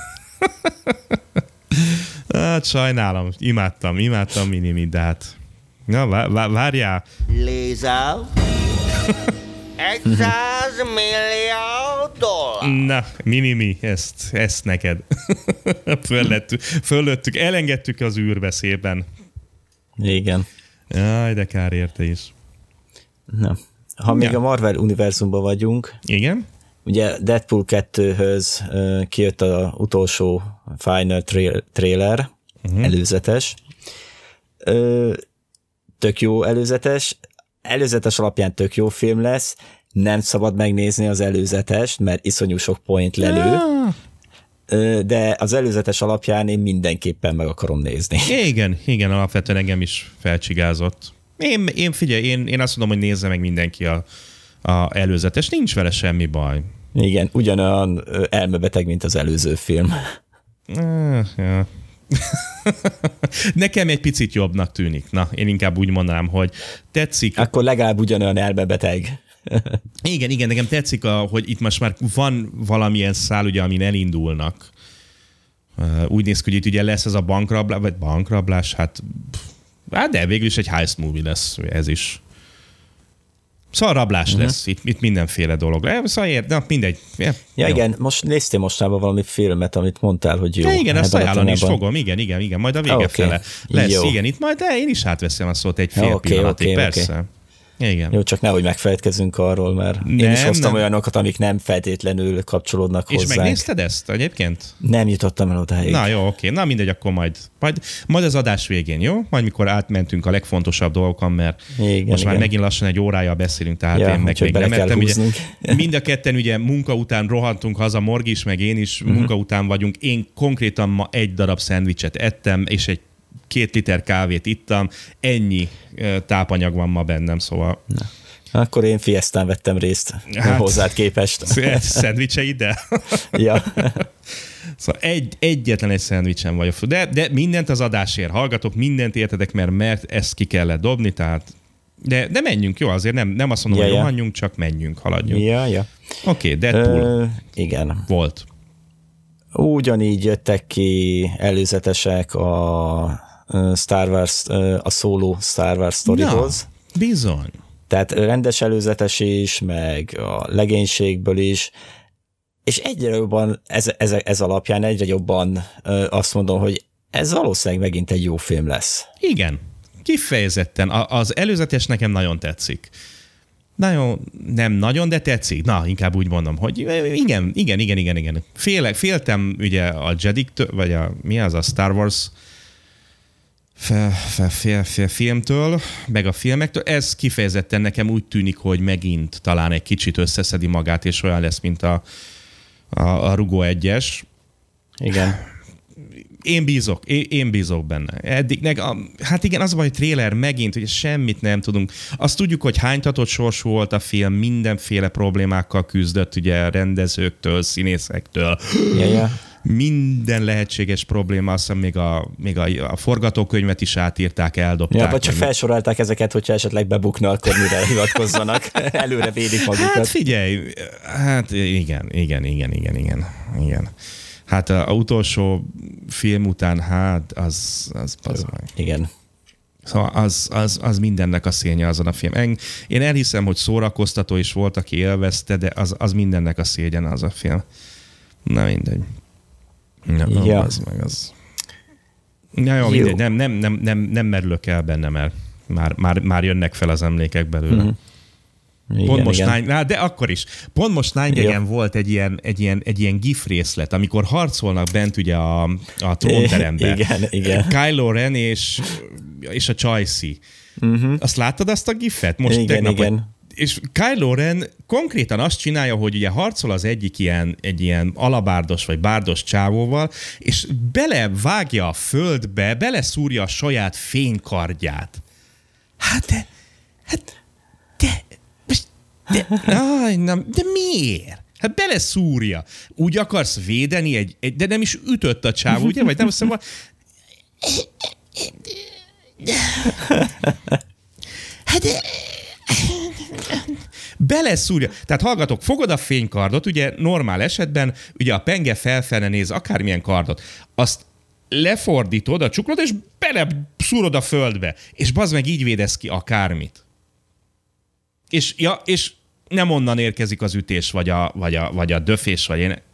Hát sajnálom. Imádtam, imádtam Minimit, de hát... Na, várjál. Léza. egyszáz millió dollár. Na, Minimi, ezt, ezt neked. Föllöttük, föllöttük, elengedtük az űrbe szépen. Igen. Jaj, de kár érte is. Na, ha még ja. a Marvel univerzumban vagyunk. Igen. Ugye Deadpool kettőhöz uh, kijött az utolsó final tra- trailer, uh-huh. előzetes. Uh, tök jó előzetes. Előzetes alapján tök jó film lesz, nem szabad megnézni az előzetest, mert iszonyú sok point lelő, de az előzetes alapján én mindenképpen meg akarom nézni. Igen, igen, alapvetően engem is felcsigázott. Én, én figyelj, én, én azt mondom, hogy nézze meg mindenki a, a előzetes, nincs vele semmi baj. Igen, ugyanolyan elmebeteg, mint az előző film. Uh, ja. Nekem egy picit jobbnak tűnik. Na, én inkább úgy mondanám, hogy tetszik. Akkor legalább ugyanolyan elmebeteg. Igen, igen, nekem tetszik, a, hogy itt most már van valamilyen szál, ugye, amin elindulnak. Úgy néz ki, hogy itt ugye lesz ez a bankrablás, vagy bankrablás, hát, hát de végül is egy heist movie lesz ez is. Szóval rablás uh-huh. lesz, itt, itt mindenféle dolog. Szóval ér, de mindegy. Ja, ja igen, most néztél mostában valami filmet, amit mondtál, hogy jó. Ja, igen, azt ajánlani is fogom, igen, igen, igen, majd a vége okay. fele lesz, jó. Igen, itt majd, de én is átveszem a szót egy fél ja, okay, pillanatig, okay, persze. Okay. Igen. Jó, csak nehogy megfeledkezzünk arról, mert nem, én is hoztam nem. olyanokat, amik nem feltétlenül kapcsolódnak és hozzánk. És megnézted ezt egyébként? Nem jutottam el odáig. Na jó, oké. Na mindegy, akkor majd, majd, majd az adás végén, jó? Majd mikor átmentünk a legfontosabb dolgokon, mert igen, most igen. már megint lassan egy órája beszélünk, tehát ja, én meg még nem ettem. Ugye, mind a ketten ugye munka után rohantunk haza, Morgi is, meg én is uh-huh. munka után vagyunk. Én konkrétan ma egy darab szendvicset ettem, és egy két liter kávét ittam, ennyi tápanyag van ma bennem, szóval... Na. Akkor én fiesztán vettem részt, hát, hozzád képest. Szendvicseiddel? Ja. Szóval egy, egyetlen egy szendvicsen vagyok. De, de mindent az adásért hallgatok, mindent értedek, mert, mert ezt ki kellett dobni, tehát... De, de menjünk, jó, azért nem, nem azt mondom, ja, hogy rohanjunk, ja. csak menjünk, haladjunk. Ja, ja. Oké, okay, Deadpool. Ö, igen. Volt. Ugyanígy jöttek ki előzetesek a Star Wars, a Solo Star Wars sztorihoz. Na, bizony. Tehát rendes előzetes is, meg a legénységből is, és egyre jobban, ez, ez, ez alapján egyre jobban azt mondom, hogy ez valószínűleg megint egy jó film lesz. Igen, kifejezetten. Az előzetes nekem nagyon tetszik. Nagyon, nem nagyon, de tetszik. Na, inkább úgy mondom, hogy igen, igen, igen, igen, igen. Félek, féltem ugye a Jediktől, vagy a, mi az a Star Wars Fe, fe, fe, fe, filmtől, meg a filmektől. Ez kifejezetten nekem úgy tűnik, hogy megint talán egy kicsit összeszedi magát, és olyan lesz, mint a, a, a Rugó egyes. Igen. Én bízok, én, én bízok benne. Eddig, meg a, hát igen, az a baj, hogy trailer megint, hogy semmit nem tudunk. Azt tudjuk, hogy hánytatott sorsú volt a film, mindenféle problémákkal küzdött, ugye rendezőktől, színészektől. Yeah, yeah. Minden lehetséges probléma, azt hiszem még a, még a, a forgatókönyvet is átírták, eldobták. Ja, vagy csak felsorolták ezeket, hogyha esetleg bebukna, akkor mire hivatkozzanak. Előre védik magukat. Hát figyelj, hát igen, igen, igen, igen, igen, igen. Hát az utolsó film után, hát az, az bazd meg. Igen. Szóval az, az, az mindennek a szénye azon a film. Én elhiszem, hogy szórakoztató is volt, aki élvezte, de az, az mindennek a szégyen az a film. Na mindegy. Na, ja. az meg az. Ja, jó, mindegy, nem, nem, nem, nem, nem merülök el benne, mert már, már, már jönnek fel az emlékek belőle. Mm-hmm. Igen, pont most Nine, na, de akkor is. Pont most Nine volt egy ilyen, egy, ilyen, egy ilyen gif részlet, amikor harcolnak bent ugye a, a trónteremben. Igen, igen. Kylo Ren és, és a Chelsea. Mm-hmm. Azt láttad azt a gifet? Most igen, tegnap, igen. Vagy, és Kylo Ren konkrétan azt csinálja, hogy ugye harcol az egyik ilyen, egy ilyen alabárdos vagy bárdos csávóval, és belevágja a földbe, beleszúrja a saját fénykardját. Hát de, hát de, de, aj, nem, de miért? Hát beleszúrja. Úgy akarsz védeni, egy, egy, de nem is ütött a csávó, ugye? Vagy nem azt mondom, hát de, beleszúrja. Tehát hallgatok, fogod a fénykardot, ugye normál esetben, ugye a penge felfele néz akármilyen kardot, azt lefordítod a csuklót, és beleszúrod a földbe. És bazd meg, így védesz ki akármit. És, ja, és nem onnan érkezik az ütés, vagy a, vagy a, vagy a döfés, vagy én...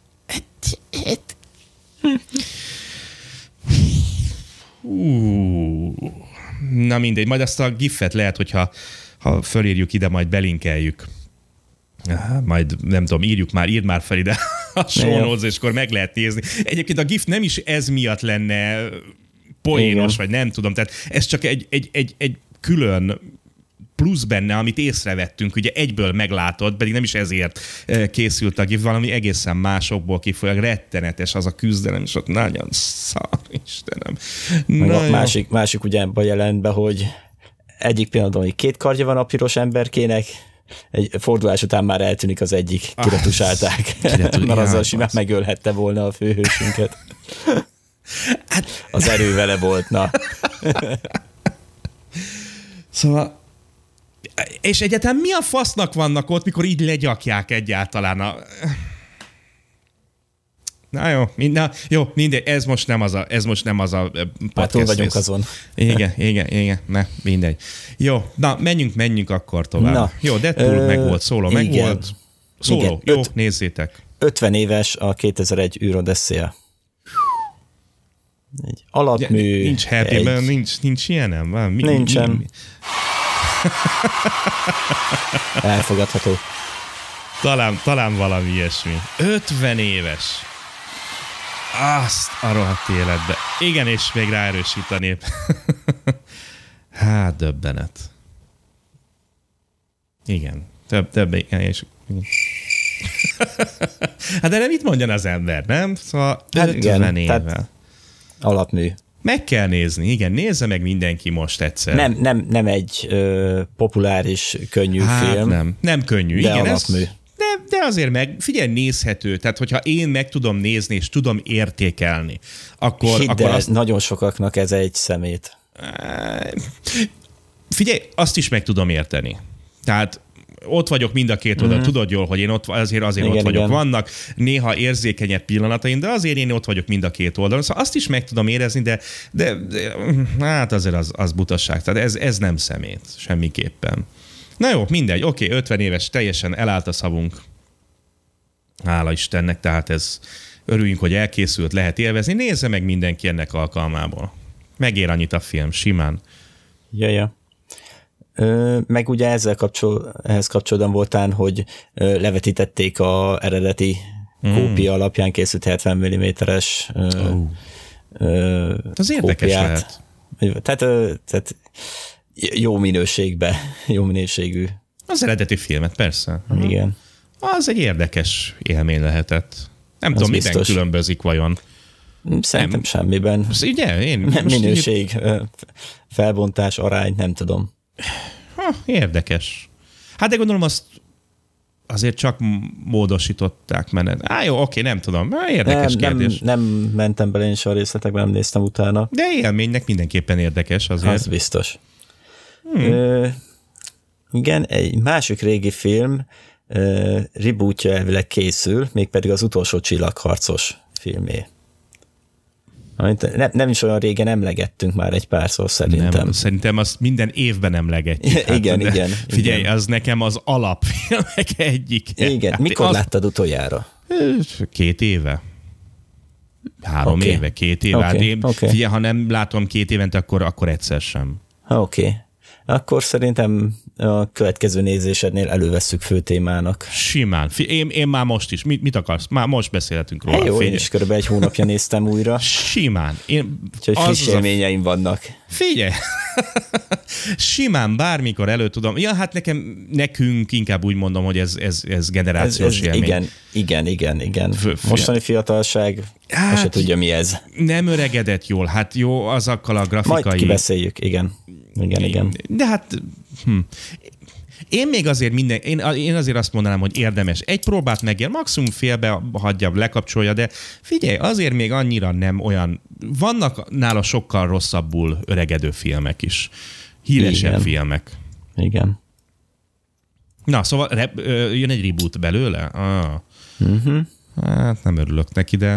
Uh, na mindegy, majd azt a gifet lehet, hogyha ha fölírjuk ide, majd belinkeljük. Majd nem tudom, írjuk már, írd már fel ide a show notes, és akkor meg lehet nézni. Egyébként a gif nem is ez miatt lenne poénos, vagy nem tudom, tehát ez csak egy, egy, egy, egy külön plusz benne, amit észrevettünk, ugye egyből meglátod, pedig nem is ezért készült a gif, valami egészen másokból kifolyólag, rettenetes az a küzdelem, és ott nagyon szar, Istenem. Na, a másik, másik ugye ebben jelent be, hogy egyik pillanatban, hogy két kardja van a piros emberkének, egy fordulás után már eltűnik az egyik, kiretusálták. Ah, mert azzal simán megölhette volna a főhősünket. Hát, az erő vele volt, na. Szóval és egyáltalán mi a fasznak vannak ott, mikor így legyakják egyáltalán a... Na jó, na, jó, mindegy, ez most nem az a, ez most nem az a podcast. Hát túl vagyunk azon. Igen, igen, igen, ne, mindegy. Jó, na, menjünk, menjünk akkor tovább. Na, jó, Deadpool ö, meg volt, Solo meg igen. volt. Solo, igen. jó, Öt, nézzétek. ötven éves a kétezer-egy űrodyssea. Egy alapmű. Ja, nincs happy, egy... nincs, nincs ilyen, nem? Mi, Nincsen. Mi, mi? Elfogadható. Talán, talán valami ilyesmi. ötven éves. Azt a rohadt életbe. Igen, és még ráerősít a nép. Hát, döbbenet. Igen. Több, több, igen, és... Hát de nem mit mondjan az ember, nem? Szóval hát ötven éve. Alapmű. Meg kell nézni, igen, nézze meg mindenki most egyszer. Nem, nem, nem egy ö, populáris, könnyű hát film. nem, nem könnyű. De igen, alapmű. Ez, de, de azért meg, figyelj, nézhető. Tehát, hogyha én meg tudom nézni, és tudom értékelni, akkor... Hidd akkor el, azt... nagyon sokaknak ez egy szemét. Figyelj, azt is meg tudom érteni. Tehát ott vagyok mind a két oldal. Mm-hmm. Tudod jól, hogy én ott, azért, azért igen, ott vagyok. Igen. Vannak néha érzékenyebb pillanataim, de azért én ott vagyok mind a két oldalon. Szóval azt is meg tudom érezni, de, de, de hát azért az, az butasság. Tehát ez, ez nem szemét, semmiképpen. Na jó, mindegy. Oké, ötven éves, teljesen elállt a szavunk. Hála Istennek, tehát ez örüljünk, hogy elkészült, lehet élvezni. Nézze meg mindenki ennek alkalmából. Megér annyit a film, simán. Ja, ja. Ö, meg ugye ezzel kapcsol, ehhez kapcsolatban voltán, hogy ö, levetítették a eredeti mm. kópia alapján készült hetven milliméteres oh. ö, az érdekes lehet. Tehát, ö, tehát jó minőségbe, jó minőségű. Az eredeti filmet, persze. Igen. Az egy érdekes élmény lehetett. Nem az tudom, biztos. Minden különbözik vajon. Szerintem nem. Semmiben. Ugye? Én minőség, így... felbontás, arány, nem tudom. Ha, érdekes. Hát de gondolom azt azért csak módosították menet. Á, jó, oké, nem tudom. Há, érdekes nem, kérdés. Nem, nem mentem bele én a részletekben, nem néztem utána. De élménynek mindenképpen érdekes azért. Az biztos. Hmm. Ö, igen, egy másik régi film ö, rebootja elvileg készül, mégpedig az Utolsó Csillagharcos filmé. Nem, nem is olyan régen emlegettünk már egy párszor szerintem. Nem, szerintem azt minden évben emlegetjük. Hát, igen, igen. Figyelj, igen. az nekem az alapfilmek egyik. Igen, hát mikor az... láttad utoljára? Két éve. Három okay. éve, két éve. Okay. Hát én, okay. Figyelj, ha nem látom két évente, akkor, akkor egyszer sem. Oké. Okay. Akkor szerintem a következő nézésednél elővesszük fő témának. Simán. Én, én már most is. Mit, mit akarsz? Már most beszélhetünk róla. Hé, jó, én is körülbelül egy hónapja néztem újra. Simán. Én, Úgyhogy friss élményeim a... vannak. Figyelj! Simán, bármikor elő tudom. Ja, hát nekem, nekünk inkább úgy mondom, hogy ez, ez, ez generációs ez, ez élmény. Igen, igen, igen, igen. F- Mostani fiatalság, hát, se tudja, mi ez. Nem öregedett jól. Hát jó, azokkal a grafikai... Majd kibeszéljük, igen. Igen, igen. De hát... Hm. Én még azért minden, én, én azért azt mondanám, hogy érdemes. Egy próbát megér, maximum félbe hagyja, lekapcsolja, de figyelj, azért még annyira nem olyan, vannak nála sokkal rosszabbul öregedő filmek is. Híresebb igen. filmek. Igen. Na, szóval rep, jön egy reboot belőle? Ah. Uh-huh. Hát nem örülök neki, de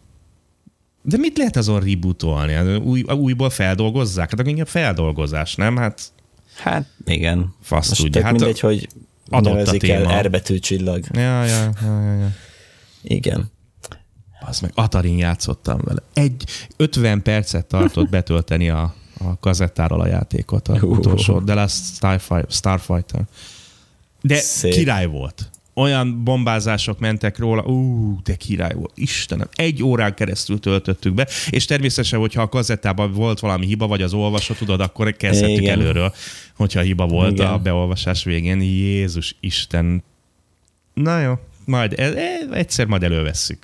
de mit lehet azon rebootolni? Új, újból feldolgozzák? Hát inkább feldolgozás, nem? Hát Hát igen. Fasz most tudja. Hát mindegy, hogy nevezik el R betű csillag. Ja, ja, ja, ja, ja. Igen. Az meg Atarin játszottam vele. Egy ötven percet tartott betölteni a, a kazettáról a játékot, a uh. utolsó The Last Starfighter. De szép. Király volt. Olyan bombázások mentek róla, ú, de király volt, Istenem, egy órán keresztül töltöttük be, és természetesen, hogyha a kazettában volt valami hiba, vagy az olvasó, tudod, akkor kezdhettük igen. előről, hogyha hiba volt igen. a beolvasás végén. Jézus Isten. Na jó, majd e, e, egyszer majd elővesszük.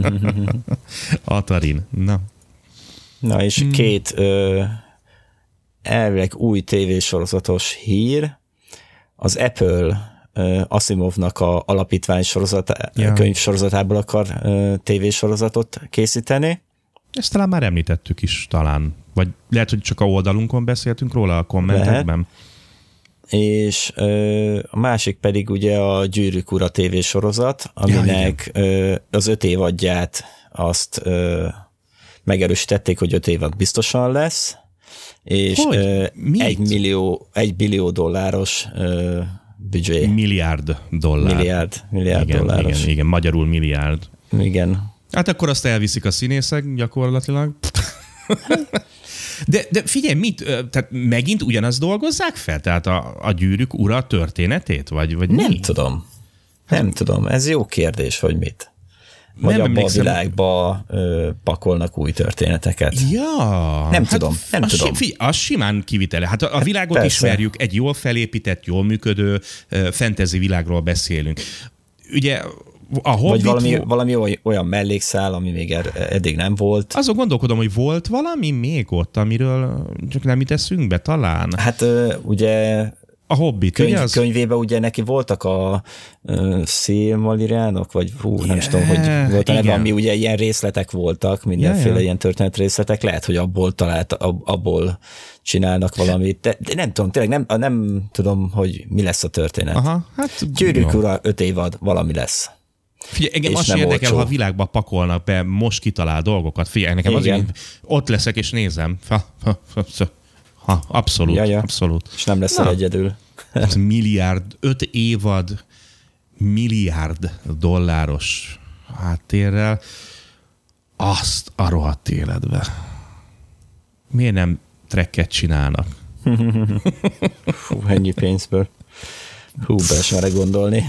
Atarin, na. Na és két ö, elvileg új tévésorozatos hír. Az Apple Asimovnak a alapítvány sorozat, ja. könyvsorozatából akar uh, tévésorozatot készíteni. Ezt talán már említettük is, talán. Vagy lehet, hogy csak a oldalunkon beszéltünk róla a kommentekben. Lehet. És uh, a másik pedig ugye a Gyűrűk Ura tévésorozat, aminek ja, uh, az öt évadját azt uh, megerősítették, hogy öt évad biztosan lesz, és uh, egy millió, egy billió dolláros uh, büdzsé. Milliárd dollár. Milliárd, milliárd igen, dolláros. Igen, igen, magyarul milliárd. Igen. Hát akkor azt elviszik a színészek gyakorlatilag. De, de figyelj, mit, tehát megint ugyanazt dolgozzák fel? Tehát a, a Gyűrűk ura történetét? Vagy, vagy nem mi? tudom. Nem hát, tudom. Ez jó kérdés, hogy mit. Vagy nem abban a világba ö, pakolnak új történeteket. Ja. Nem hát tudom, nem az tudom. Si, az simán kivitele. Hát a, a világot hát ismerjük, egy jól felépített, jól működő uh, fantasy világról beszélünk. Ugye a Hobbit... Vagy valami, valami olyan mellékszál, ami még eddig nem volt. Azon gondolkodom, hogy volt valami még ott, amiről csak nem itt eszünk be talán. Hát ugye... A Hobbit, könyv, ugye az? Könyvében ugye neki voltak a uh, Szilmarilliánok, vagy hú, nem yeah, tudom, hogy volt a neve, ami ugye ilyen részletek voltak, mindenféle yeah, yeah. ilyen történet részletek, lehet, hogy abból talált, abból csinálnak valamit, de, de nem tudom, tényleg nem, nem tudom, hogy mi lesz a történet. Aha, hát Gyűrűk ura, öt évad, valami lesz. Figyelj, engem azt érdekel, olcsó. Ha a világba pakolnak be most kitalál dolgokat. Figyelj, nekem igen. Azért ott leszek és nézem. Ha, ha, ha, ha abszolút, ja, ja. abszolút. És nem leszel egyedül. Milliárd, öt évad, milliárd dolláros háttérrel, azt a rohadt életbe. Miért nem trekket csinálnak? Hú, ennyi pénzből. Hú, be is merre gondolni.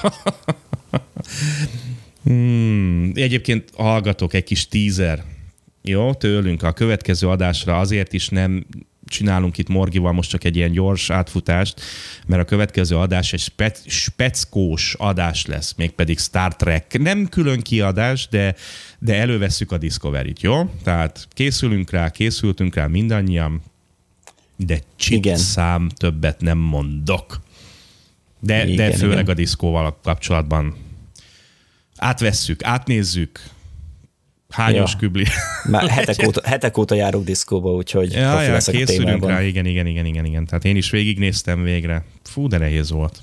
hmm, egyébként hallgatok egy kis teaser. Jó, tőlünk a következő adásra azért is nem csinálunk itt Morgival most csak egy ilyen gyors átfutást, mert a következő adás egy spe- speckós adás lesz, mégpedig Star Trek. Nem külön kiadás, de, de elővesszük a Discovery-t, jó? Tehát készülünk rá, készültünk rá mindannyian, de csit szám többet nem mondok. De, igen, de főleg igen. a diszkóval kapcsolatban átvesszük, átnézzük, hányos ja. kübli. Már hetek óta, hetek óta járok diszkóba, úgyhogy ja, ja, készülünk rá, igen, igen, igen, igen, igen. Tehát én is végignéztem végre. Fú, de nehéz volt.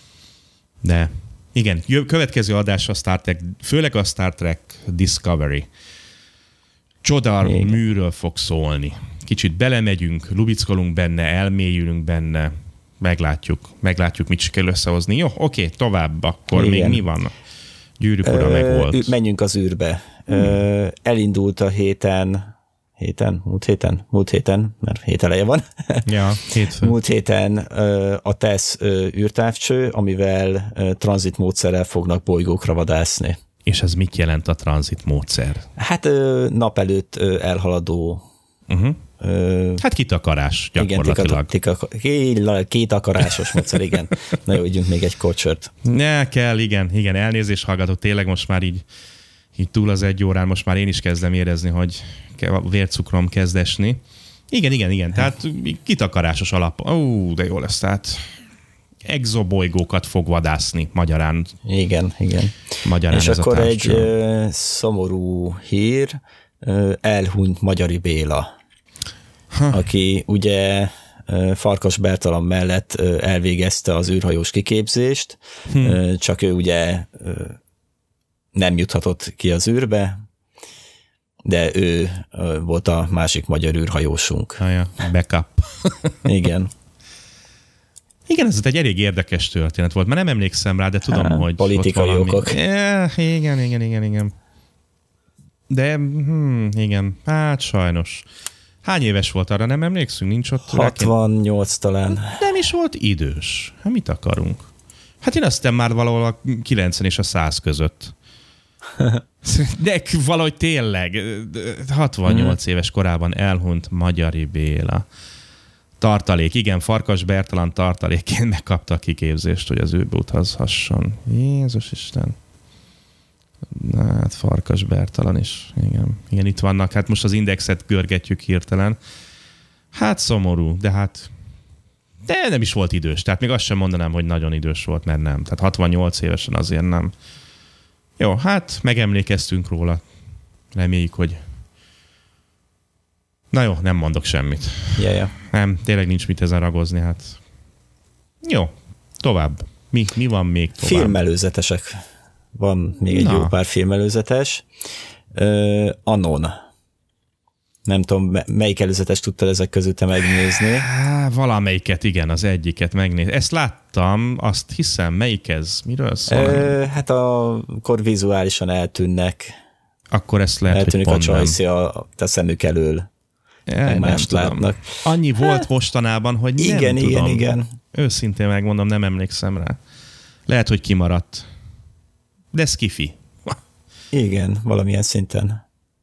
De igen, következő adás a Star Trek, főleg a Star Trek Discovery. Csoda műről fog szólni. Kicsit belemegyünk, lubickolunk benne, elmélyülünk benne, meglátjuk, meglátjuk, mit sikerül összehozni. Jó, oké, tovább, akkor igen. még mi van? Gyűrűk ura meg volt. Menjünk az űrbe. Hmm. Elindult a héten, héten, múlt héten, múlt héten, mert hét eleje van. Ja, hétfő. Múlt héten a TESS űrtávcső, amivel tranzit módszerrel fognak bolygókra vadászni. És ez mit jelent a tranzit módszer? Hát nap előtt elhaladó uh-huh. Hát kitakarás gyakorlatilag. Igen, kitakarásos módszer, igen. Na jó, ügyünk még egy kocsört. Ne, kell, igen, igen, elnézést hallgatok, tényleg most már így, így túl az egy órán, most már én is kezdem érezni, hogy a vércukrom kezd esni. Igen, igen, igen, tehát kitakarásos alap. Ó, de jó lesz, tehát exobolygókat fog vadászni magyarán. Igen, igen. Magyarán és ez akkor a egy uh, szomorú hír, uh, elhunyt Magyari Béla. Ha. Aki ugye Farkas Bertalan mellett elvégezte az űrhajós kiképzést, hmm. csak ő ugye nem juthatott ki az űrbe, de ő volt a másik magyar űrhajósunk. Ha, ja. Backup. Igen. Igen, ez egy elég érdekes történet volt, mert nem emlékszem rá, de tudom, ha, hogy politikai valami... okok. Ja, igen, igen, igen, igen. De hmm, igen, hát sajnos. Hány éves volt, arra nem emlékszünk? Nincs ott? hatvannyolc talán. Nem is volt idős. Hát mit akarunk? Hát én azt hiszem már valahol a kilencven és a száz között. De valahogy tényleg hatvannyolc hmm. éves korában elhunyt Magyari Béla. Tartalék, igen, Farkas Bertalan tartalékként megkapta a kiképzést, hogy az űrbe utazhasson. Jézus Isten. Na, hát Farkas Bertalan is. Igen. Igen, itt vannak. Hát most az indexet görgetjük hirtelen. Hát szomorú, de hát de nem is volt idős. Tehát még azt sem mondanám, hogy nagyon idős volt, mert nem. Tehát hatvannyolc évesen azért nem. Jó, hát megemlékeztünk róla. Reméljük, hogy na jó, nem mondok semmit. Yeah, yeah. Nem, tényleg nincs mit ezen ragozni. Hát jó, tovább. Mi, mi van még tovább? Filmelőzetesek. Van még egy Na. jó pár filmelőzetes. Uh, Anon. Nem tudom, melyik előzetes tudtad ezek közül te megnézni? Há, valamelyiket, igen, az egyiket megnézni. Ezt láttam, azt hiszem, melyik ez? Miről szól? Uh, hát akkor vizuálisan eltűnnek. Akkor ezt lehet, eltűnik hogy a csajszi a, a szemük elől. meg mást látnak. Annyi volt hát, mostanában, hogy nem igen, tudom. Igen, igen, Őszintén megmondom, nem emlékszem rá. Lehet, hogy kimaradt. De skifi. Igen, valamilyen szinten.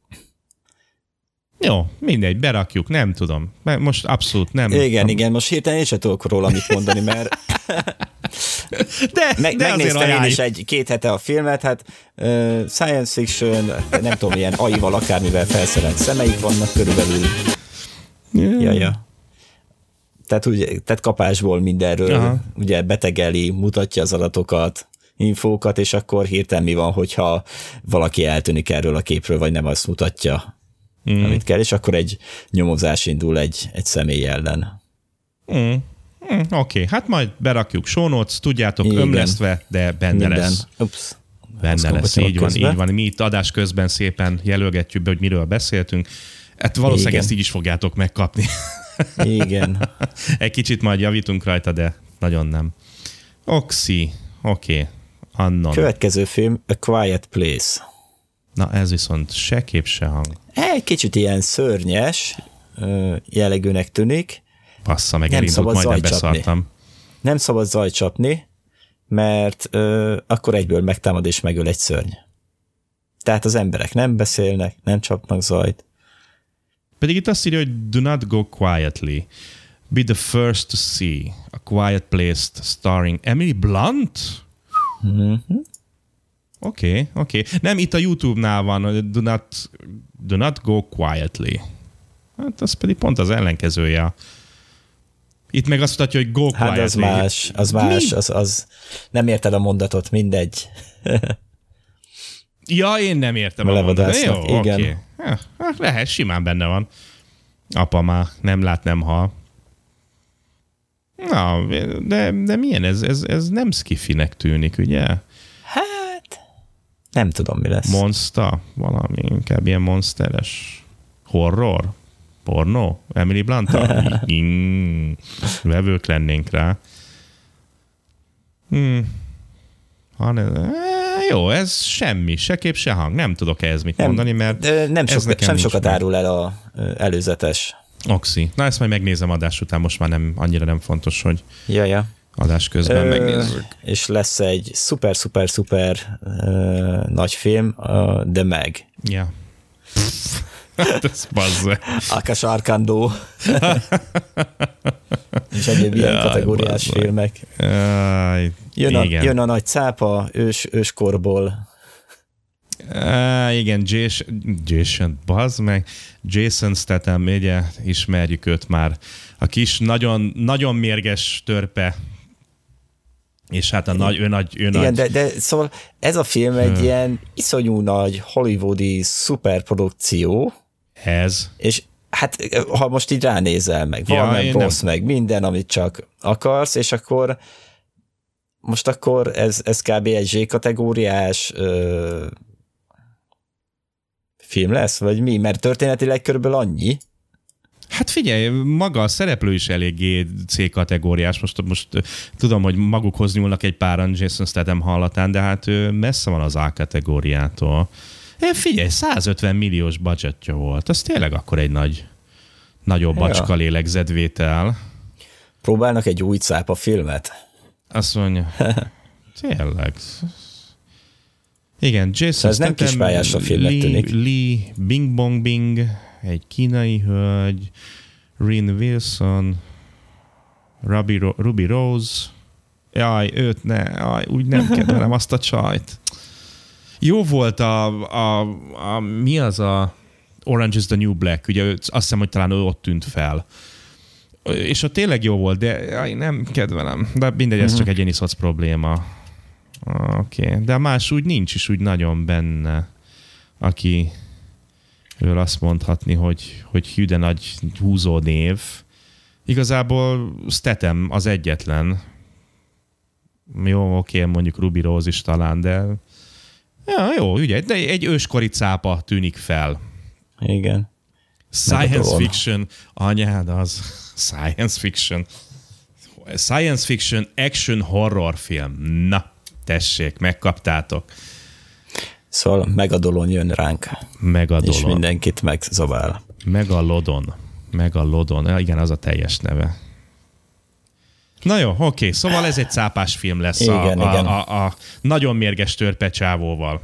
Jó, mindegy, berakjuk, nem tudom. Most abszolút nem. Igen, nem. igen, most hirtelen én sem tudok róla mit mondani, mert de, Meg, de megnéztem én is egy két hete a filmet, hát uh, science fiction, nem tudom, ilyen aival, akármivel felszerelt szemeik vannak körülbelül. Yeah. Ja, ja. Tehát, ugye, tehát kapásból mindenről, aha, ugye betegeli, mutatja az adatokat, infókat, és akkor hirtelen mi van, hogyha valaki eltűnik erről a képről, vagy nem azt mutatja, mm. amit kell, és akkor egy nyomozás indul egy, egy személy ellen. Mm. Mm, Oké, okay. Hát majd berakjuk show notes, tudjátok, igen, ömlesztve, de benne minden lesz. Ups. Benne lesz, így van, így van. Mi itt adás közben szépen jelölgetjük be, hogy miről beszéltünk. Hát valószínűleg igen, ezt így is fogjátok megkapni. Igen. Egy kicsit majd javítunk rajta, de nagyon nem. Oxy, oké. Okay. Annon. Következő film, A Quiet Place. Na ez viszont se kép, se hang. Egy kicsit ilyen szörnyes jellegűnek tűnik. Passza, meg elindult, majdnem beszartam. Nem szabad zajt csapni, mert ö, akkor egyből megtámad és megöl egy szörny. Tehát az emberek nem beszélnek, nem csapnak zajt. Pedig itt azt írja, hogy do not go quietly. Be the first to see. A Quiet Place starring Emily Blunt? Mm-hmm. Oké, okay, oké. Okay. Nem, itt a YouTube-nál van, do not, do not go quietly. Hát az pedig pont az ellenkezője. Itt meg azt mutatja, hogy go quietly. Hát az más, az más, az, az nem érted a mondatot, mindegy. Ja, én nem értem a, a mondatot. Jó, igen. Okay. Ja, lehet, simán benne van. Apa már nem lát, nem hal. Na, de, de milyen ez? Ez, ez nem skifinek tűnik, ugye? Hát, nem tudom, mi lesz. Monster? Valami inkább ilyen monsteres. Horror? Porno? Emily Blunt-tal? mm, vevők lennénk rá. Hmm. Ha ne, jó, ez semmi, se kép, se hang. Nem tudok ehhez mit nem, mondani, mert nem, sok, sem sokat meg. Árul el a előzetes. Oxy. Na, ezt majd megnézem adás után, most már nem, annyira nem fontos, hogy ja, ja. adás közben Ö, megnézzük. És lesz egy szuper, szuper, szuper uh, nagy film, uh, The Meg. Ja. Hát ez bazze. Ákás Arkandó. És egyéb ilyen Jaj, kategóriás bazze. Filmek. Jaj, jön, a, jön a nagy cápa ős, őskorból. Uh, igen, Jason, Jason, bazd meg, Jason Statham, ugye, ismerjük őt már. A kis, nagyon, nagyon mérges törpe, és hát a nagy, ő nagy, ő igen, nagy. De, de szóval ez a film egy uh. ilyen iszonyú nagy hollywoodi szuperprodukció. Ez. És hát, ha most így ránézel meg, valami ja, boss meg minden, amit csak akarsz, és akkor most akkor ez, ez kb. Egy Z-kategóriás ö, film lesz, vagy mi? Mert történetileg körülbelül annyi. Hát figyelj, maga a szereplő is eléggé C-kategóriás. Most, most tudom, hogy magukhoz nyúlnak egy páran Jason Statham hallatán, de hát ő messze van az A-kategóriától. É, figyelj, százötven milliós budgetja volt. Az tényleg akkor egy nagy, nagyobb bacska lélegzetvétel. Próbálnak egy új cápa filmet? Azt mondja, tényleg. Igen, Jason Statham, ez nem kispályás a filmnek tűnik. Lee, Bing Bong Bing, egy kínai hölgy, Rin Wilson, Ruby, Ro- Ruby Rose, jaj, őt ne, jaj, úgy nem kedvelem azt a csajt. Jó volt a, a, a, mi az a Orange is the New Black, ugye azt hiszem, hogy talán ő ott tűnt fel. És ott tényleg jó volt, de jaj, nem kedvelem. De mindegy, ez csak egyéni szoc probléma. Oké, okay. De más úgy nincs is úgy nagyon benne, aki őről azt mondhatni, hogy, hogy hű, de nagy húzó név. Igazából Statham az egyetlen. Jó, oké, mondjuk Ruby Rose is talán, de ja, jó, ugye, de egy őskori cápa tűnik fel. Igen. Science fiction, anyád az. Science fiction. Science fiction action horror film. Na, tessék, megkaptátok. Szóval Megadolon jön ránk. Megadolon. És mindenkit megzabál. Megalodon. Megalodon. Igen, az a teljes neve. Na jó, oké, szóval ez egy cápás film lesz igen, a, a, igen. A, a nagyon mérges törpecsávóval.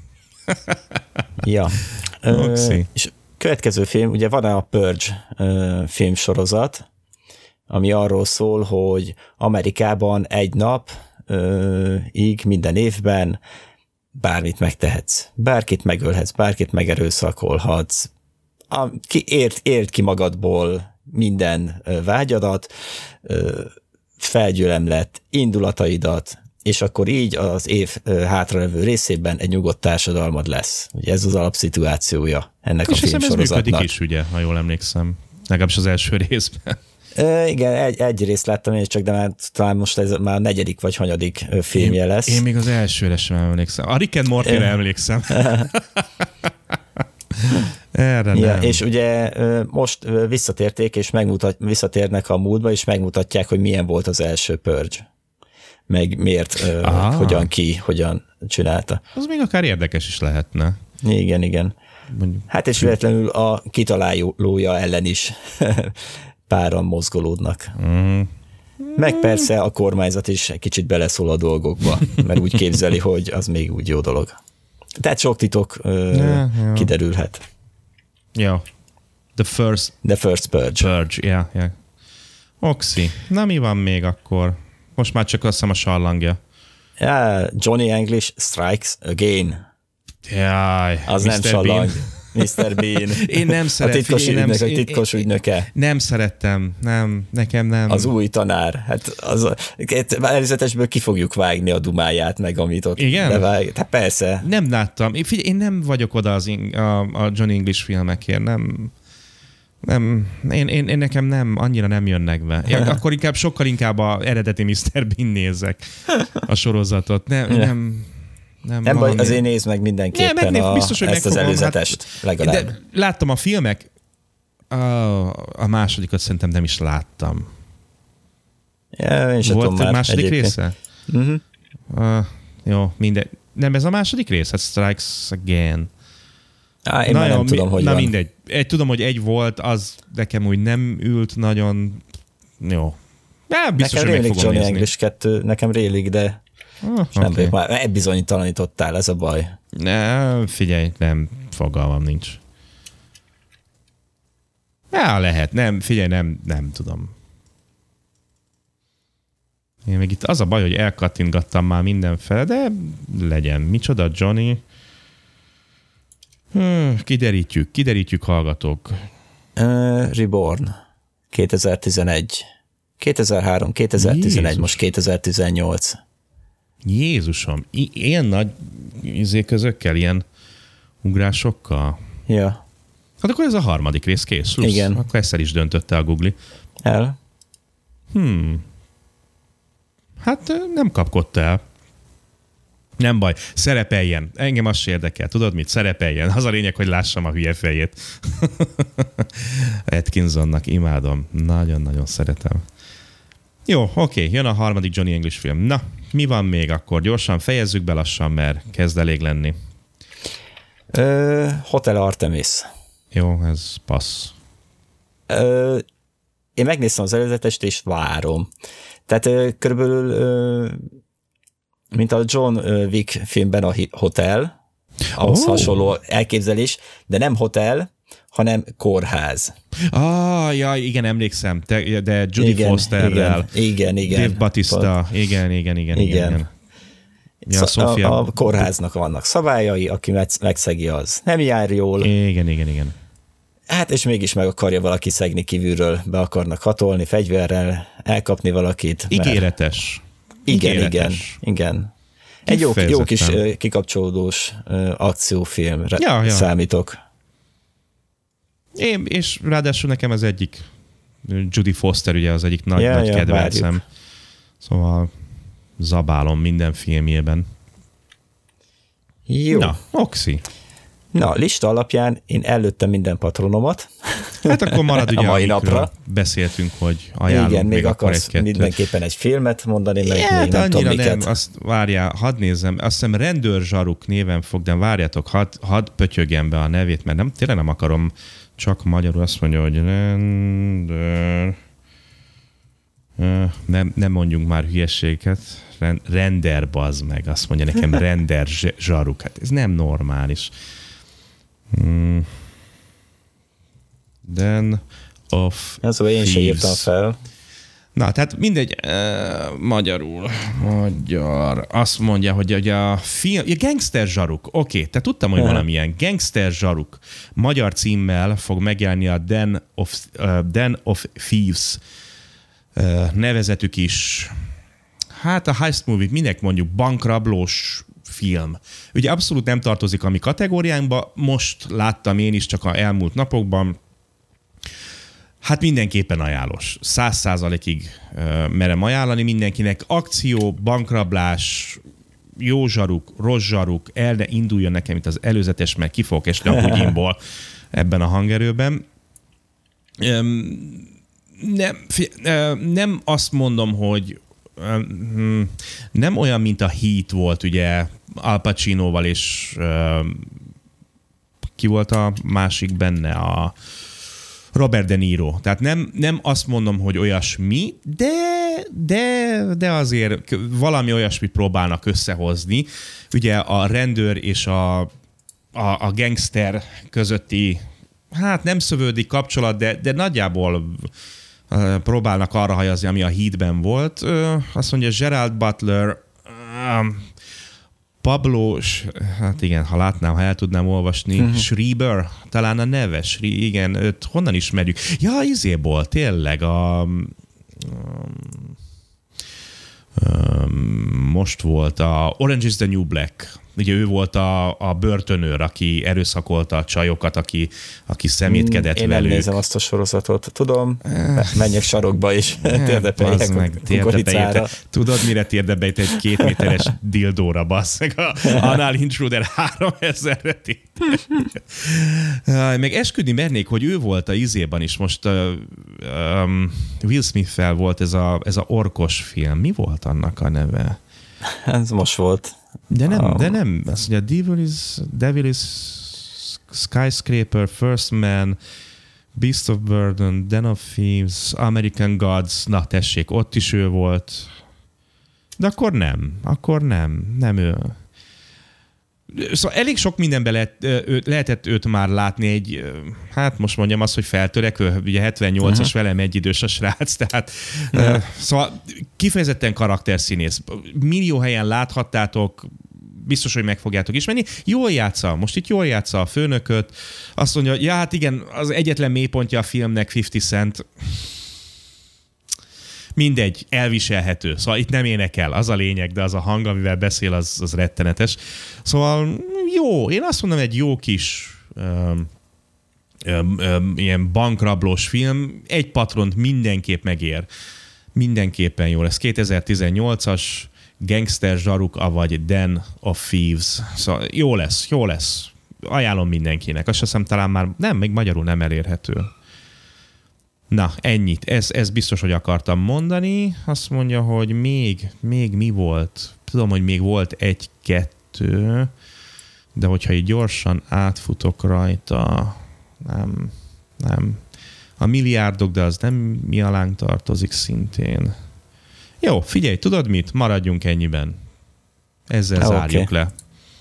Ja. Ö, és következő film, ugye van a Purge ö, filmsorozat, ami arról szól, hogy Amerikában egy nap ö, így minden évben bármit megtehetsz. Bárkit megölhetsz, bárkit megerőszakolhatsz. A, ki, ért, ért ki magadból minden ö, vágyadat, ö, felgyülemlett indulataidat, és akkor így az év hátralevő részében egy nyugodt társadalmad lesz. Ugye ez az alapszituációja ennek és a filmsorozatnak. És ez működik is, ugye, ha jól emlékszem. Legalábbis az első részben. E, igen, egy, egy részt láttam én csak, de már talán most ez már a negyedik vagy hanyadik filmje én, lesz. Én még az elsőre sem emlékszem. A Rick and Morty-re emlékszem. Erre ja, nem. És ugye most visszatérték, és megmutat, visszatérnek a múltba, és megmutatják, hogy milyen volt az első Purge. Meg miért, ah. hogyan ki, hogyan csinálta. Az még akár érdekes is lehetne. Igen, igen. Mondjuk. Hát és véletlenül a kitalálója ellen is páran mozgolódnak. Mm. Meg persze a kormányzat is egy kicsit beleszól a dolgokba, mert úgy képzeli, hogy az még úgy jó dolog. Tehát sok titok ö, yeah, yeah. kiderülhet. Ja. Yeah. The first... The first Purge. Purge, yeah, yeah. Oxy. Na mi van még akkor? Most már csak azt hiszem a sarlangja. Yeah, Johnny English Strikes Again. Jaj, az miszter nem sarlang. miszter Bean. Én nem szeretem. A titkos, én ügynök, nem, a titkos én, ügynöke. Nem szerettem. Nem, nekem nem. Az új tanár. Hát az előzetesből ki fogjuk vágni a dumáját, meg amit ott igen? levág. Hát persze. Nem láttam. Én, figyelj, én nem vagyok oda az in, a, a Johnny English filmekért. Nem... Nem, én, én, én nekem nem, annyira nem jönnek be. Ja, akkor inkább, sokkal inkább a eredeti miszter Bean nézek a sorozatot. Nem, ja. nem, nem, nem baj, azért nézd meg mindenképpen nem, meg, a, biztos, hogy ezt az előzetest hát, legalább. De láttam a filmek, a, a másodikat szerintem nem is láttam. Ja, én sem volt tudom egy már második egyébként. része? Uh-huh. Uh, jó, minden. Nem ez a második rész? Hát Strikes Again. Á, én na már nem jó, tudom, hogy na van. mindegy. Egy, tudom, hogy egy volt, az nekem úgy nem ült nagyon... Jó. Ja, biztos, nekem hogy meg fogom Johnny nézni. English kettő, nekem rélig, de ah, nem okay. vagyok már. Bizonytalanítottál, ez a baj. Ne, figyelj, nem, fogalmam nincs. Ja, lehet. Nem, figyelj, nem, nem tudom. Én még itt az a baj, hogy elkattintgattam már mindenfele, de legyen. Micsoda Johnny... Kiderítjük, kiderítjük, hallgatók. Uh, Reborn. kétezer-tizenegy. kétezer-három, kétezer-tizenegy, Jézus. Most kétezer-tizennyolc. Jézusom, I- ilyen nagy izéközökkel, ilyen ugrásokkal? Ja. Hát akkor ez a harmadik rész kész. Plusz. Igen. Akkor ezt el is döntötte a Google. El. Hmm. Hát nem kapkodta el. Nem baj, szerepeljen. Engem az se érdekel. Tudod mit? Szerepeljen. Az a lényeg, hogy lássam a hülye fejét. Atkinsonnak imádom. Nagyon-nagyon szeretem. Jó, oké, jön a harmadik Johnny English film. Na, mi van még akkor? Gyorsan fejezzük be lassan, mert kezd elég lenni. Ö, Hotel Artemis. Jó, ez passz. Ö, én megnéztem az előzetest, és várom. Tehát ö, körülbelül... Ö, mint a John Wick filmben a Hotel, ahhoz oh. hasonló elképzelés, de nem hotel, hanem kórház. Ah, ja, igen, emlékszem, de, de Judy igen, Fosterrel, igen, igen, igen. Dave Bautista, igen, igen, igen, igen. igen. Ja, a, a kórháznak vannak szabályai, aki megszegi, az nem jár jól. Igen, igen, igen. Hát és mégis meg akarja valaki szegni kívülről, be akarnak hatolni fegyverrel, elkapni valakit. Ígéretes. Igen, igen, igen. Egy jó, jó kis kikapcsolódós akciófilmre ja, ja. számítok. Én, és ráadásul nekem az egyik Judy Foster ugye az egyik nagy, ja, nagy ja, kedvencem. várjuk. Szóval zabálom minden filmjében. Jó. Na, Oxy. Na, lista alapján én előttem minden patronomat. Hát akkor marad ugye, a mai napra. Beszéltünk, hogy ajánlunk. Igen, még, még akarsz egy-kettőt. Mindenképpen egy filmet mondani, meg yeah, még nem tudom miket. Nem, azt várjál, hadd nézzem, azt hiszem Rendőr Zsaruk néven fog, de várjátok, hadd had pötyögjem be a nevét, mert nem, tényleg nem akarom csak magyarul azt mondja, hogy render... Nem, nem mondjunk már hülyességet. Render, bazd meg. Azt mondja nekem render zsaruk. Hát ez nem normális. Hmm. Den of Ez én sem írtam fel. Na, tehát mindegy, uh, magyarul, magyar, azt mondja, hogy, hogy a film, a Gangster zsaruk, oké, okay, tehát tudtam, hogy valamilyen Gangster zsaruk magyar címmel fog megjelenni a Den of, uh, Den of Thieves uh, nevezetű kis, hát a heist movie, minek mondjuk bankrablós film. Ugye abszolút nem tartozik a mi kategóriánkba, most láttam én is csak a elmúlt napokban. Hát mindenképpen ajánlós. Száz százalékig uh, merem ajánlani mindenkinek. Akció, bankrablás, jó zsaruk, rossz zsaruk, el ne induljon nekem itt az előzetes, mert ki fogok esni a bugyimból ebben a hangerőben. Um, nem, uh, nem azt mondom, hogy um, nem olyan, mint a Heat volt, ugye Al Pacinoval, és uh, ki volt a másik benne? A Robert De Niro. Tehát nem, nem azt mondom, hogy olyasmi, de, de, de azért valami olyasmit próbálnak összehozni. Ugye a rendőr és a, a, a gangster közötti, hát nem szövődik kapcsolat, de, de nagyjából uh, próbálnak arra hajazni, ami a Heatben volt. Uh, azt mondja, Gerald Butler, um, Pablo, hát igen, ha látnám, ha el tudnám olvasni, uh-huh. Schreiber, talán a neve, Schrie, igen, őt honnan ismerjük? Ja, izéból, tényleg, a, um, um, most volt a Orange is the New Black. Ugye ő volt a, a börtönőr, aki erőszakolta a csajokat, aki, aki szemétkedett Én velük. nem nézem azt a sorozatot. Tudom, menjek sarokba is, térdepeljek a kukoricára. Tudod, mire térdebejt egy két méteres dildóra, bassz meg a Anal Intruder háromezerre Meg esküdni mernék, hogy ő volt a izében is. Most uh, um, Will Smith-fel volt ez a, ez a orkos film. Mi volt annak a neve? Ez most volt. De nem, um, de nem. Azt mondja, Devil is, Devil is Skyscraper, First Man, Beast of Burden, Den of Thieves, American Gods, na tessék, ott is ő volt. De akkor nem, akkor nem, nem ő. Szóval elég sok mindenben lehet, lehetett őt már látni egy, hát most mondjam azt, hogy feltörekvő, ugye hetvennyolcas uh-huh. velem egyidős a srác, tehát uh-huh. szóval kifejezetten karakterszínész. Millió helyen láthattátok, biztos, hogy meg fogjátok ismerni. Jól játsza, most itt jól játsza a főnököt. Azt mondja, ja, hát igen, az egyetlen mélypontja a filmnek fifty Cent. Mindegy, elviselhető. Szóval itt nem énekel, az a lényeg, de az a hang, amivel beszél, az, az rettenetes. Szóval jó, én azt mondom, egy jó kis öm, öm, öm, ilyen bankrablós film, egy patront mindenképp megér. Mindenképpen jó lesz. kétezer-tizennyolcas Gangster zsaruk, avagy Den of Thieves. Szóval jó lesz, jó lesz. Ajánlom mindenkinek. Azt hiszem talán már nem, még magyarul nem elérhető. Na, ennyit. Ez, ez biztos, hogy akartam mondani. Azt mondja, hogy még, még mi volt? Tudom, hogy még volt egy-kettő, de hogyha így gyorsan átfutok rajta, nem, nem. A milliárdok, de az nem mi alánk tartozik szintén. Jó, figyelj, tudod mit? Maradjunk ennyiben. Ezzel okay. zárjuk le.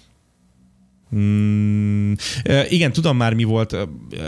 Mm, igen, tudom már mi volt...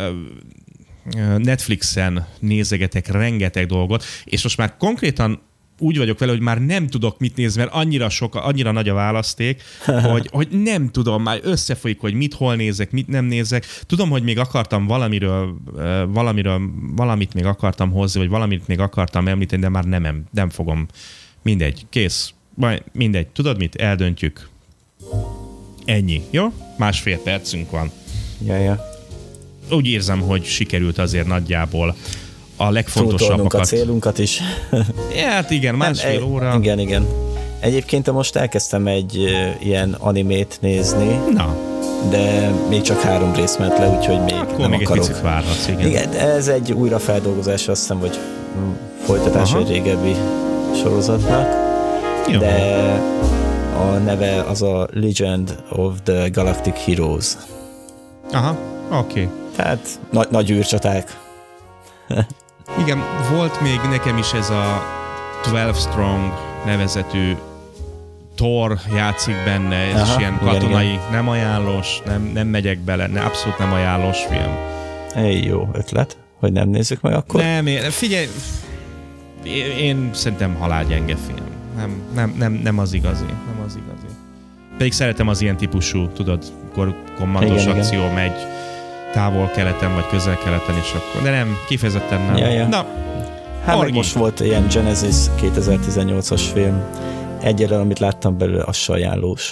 Netflixen nézegetek rengeteg dolgot, és most már konkrétan úgy vagyok vele, hogy már nem tudok mit nézni, mert annyira sok, annyira nagy a választék, hogy, hogy nem tudom, már összefolyik, hogy mit hol nézek, mit nem nézek. Tudom, hogy még akartam valamiről, valamiről valamit még akartam hozni, vagy valamit még akartam említeni, de már nem, nem fogom. Mindegy, kész. Mindegy, tudod mit? Eldöntjük. Ennyi, jó? Másfél percünk van. Ja, ja. Úgy érzem, hogy sikerült azért nagyjából a legfontosabbakat. a célunkat is. Ja, hát igen, másfél nem, óra. Igen, igen. Egyébként most elkezdtem egy uh, ilyen animét nézni. Na. De még csak három rész ment le, úgyhogy még Akkor nem még akarok. egy picit várhatsz, igen. Igen, ez egy újrafeldolgozás, azt hiszem, hogy folytatás egy régebbi sorozatnak. Jó. De a neve az a Legend of the Galactic Heroes. Aha, oké. Okay. Hát, na- nagy űrcsaták. Igen, volt még nekem is ez a twelve Strong nevezetű Thor játszik benne, ez Aha, is ilyen katonai, igen, igen. nem ajánlós, nem, nem megyek bele, ne, abszolút nem ajánlós film. Egy jó ötlet, hogy nem nézzük meg akkor. Nem, figyelj, én, én szerintem halálgyenge film. Nem, nem, nem, nem az igazi, nem az igazi. Pedig szeretem az ilyen típusú, tudod, akkor kommandos igen, akció igen. megy távol-keleten vagy közel-keleten is akkor, de nem, kifejezetten nem. Ja, ja. Na, hát meg most volt ilyen Genesis kétezer-tizennyolcas film, egyelőre, amit láttam belőle, az se ajánlós.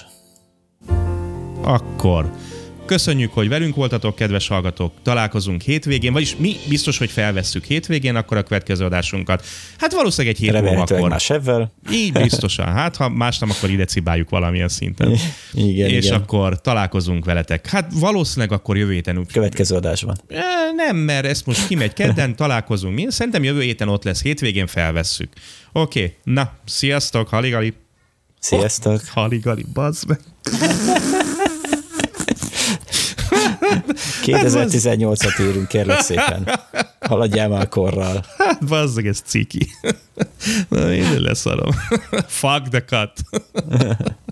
Akkor köszönjük, hogy velünk voltatok, kedves hallgatók. Találkozunk hétvégén, vagyis mi biztos, hogy felvesszük hétvégén akkor a következő adásunkat. Hát valószínűleg egy hét múlva akkor. Remélhetőleg más ebben. Így biztosan. Hát ha más nem, akkor ide cibáljuk valamilyen szinten. Igen, És igen. akkor találkozunk veletek. Hát valószínűleg akkor jövő héten úgy. Következő adásban. Nem, mert ezt most kimegy kedden, találkozunk. Mi? Szerintem jövő héten ott lesz, hétvégén felvesszük. Oké, okay. Na, sziasztok, haligali. Sziasztok. Oh, haligali, bazd meg. kétezer-tizennyolcat írunk, kérlek szépen. Haladjál már korral. Hát bazzeg, ez ciki. Na, én leszarom. Fuck the cut.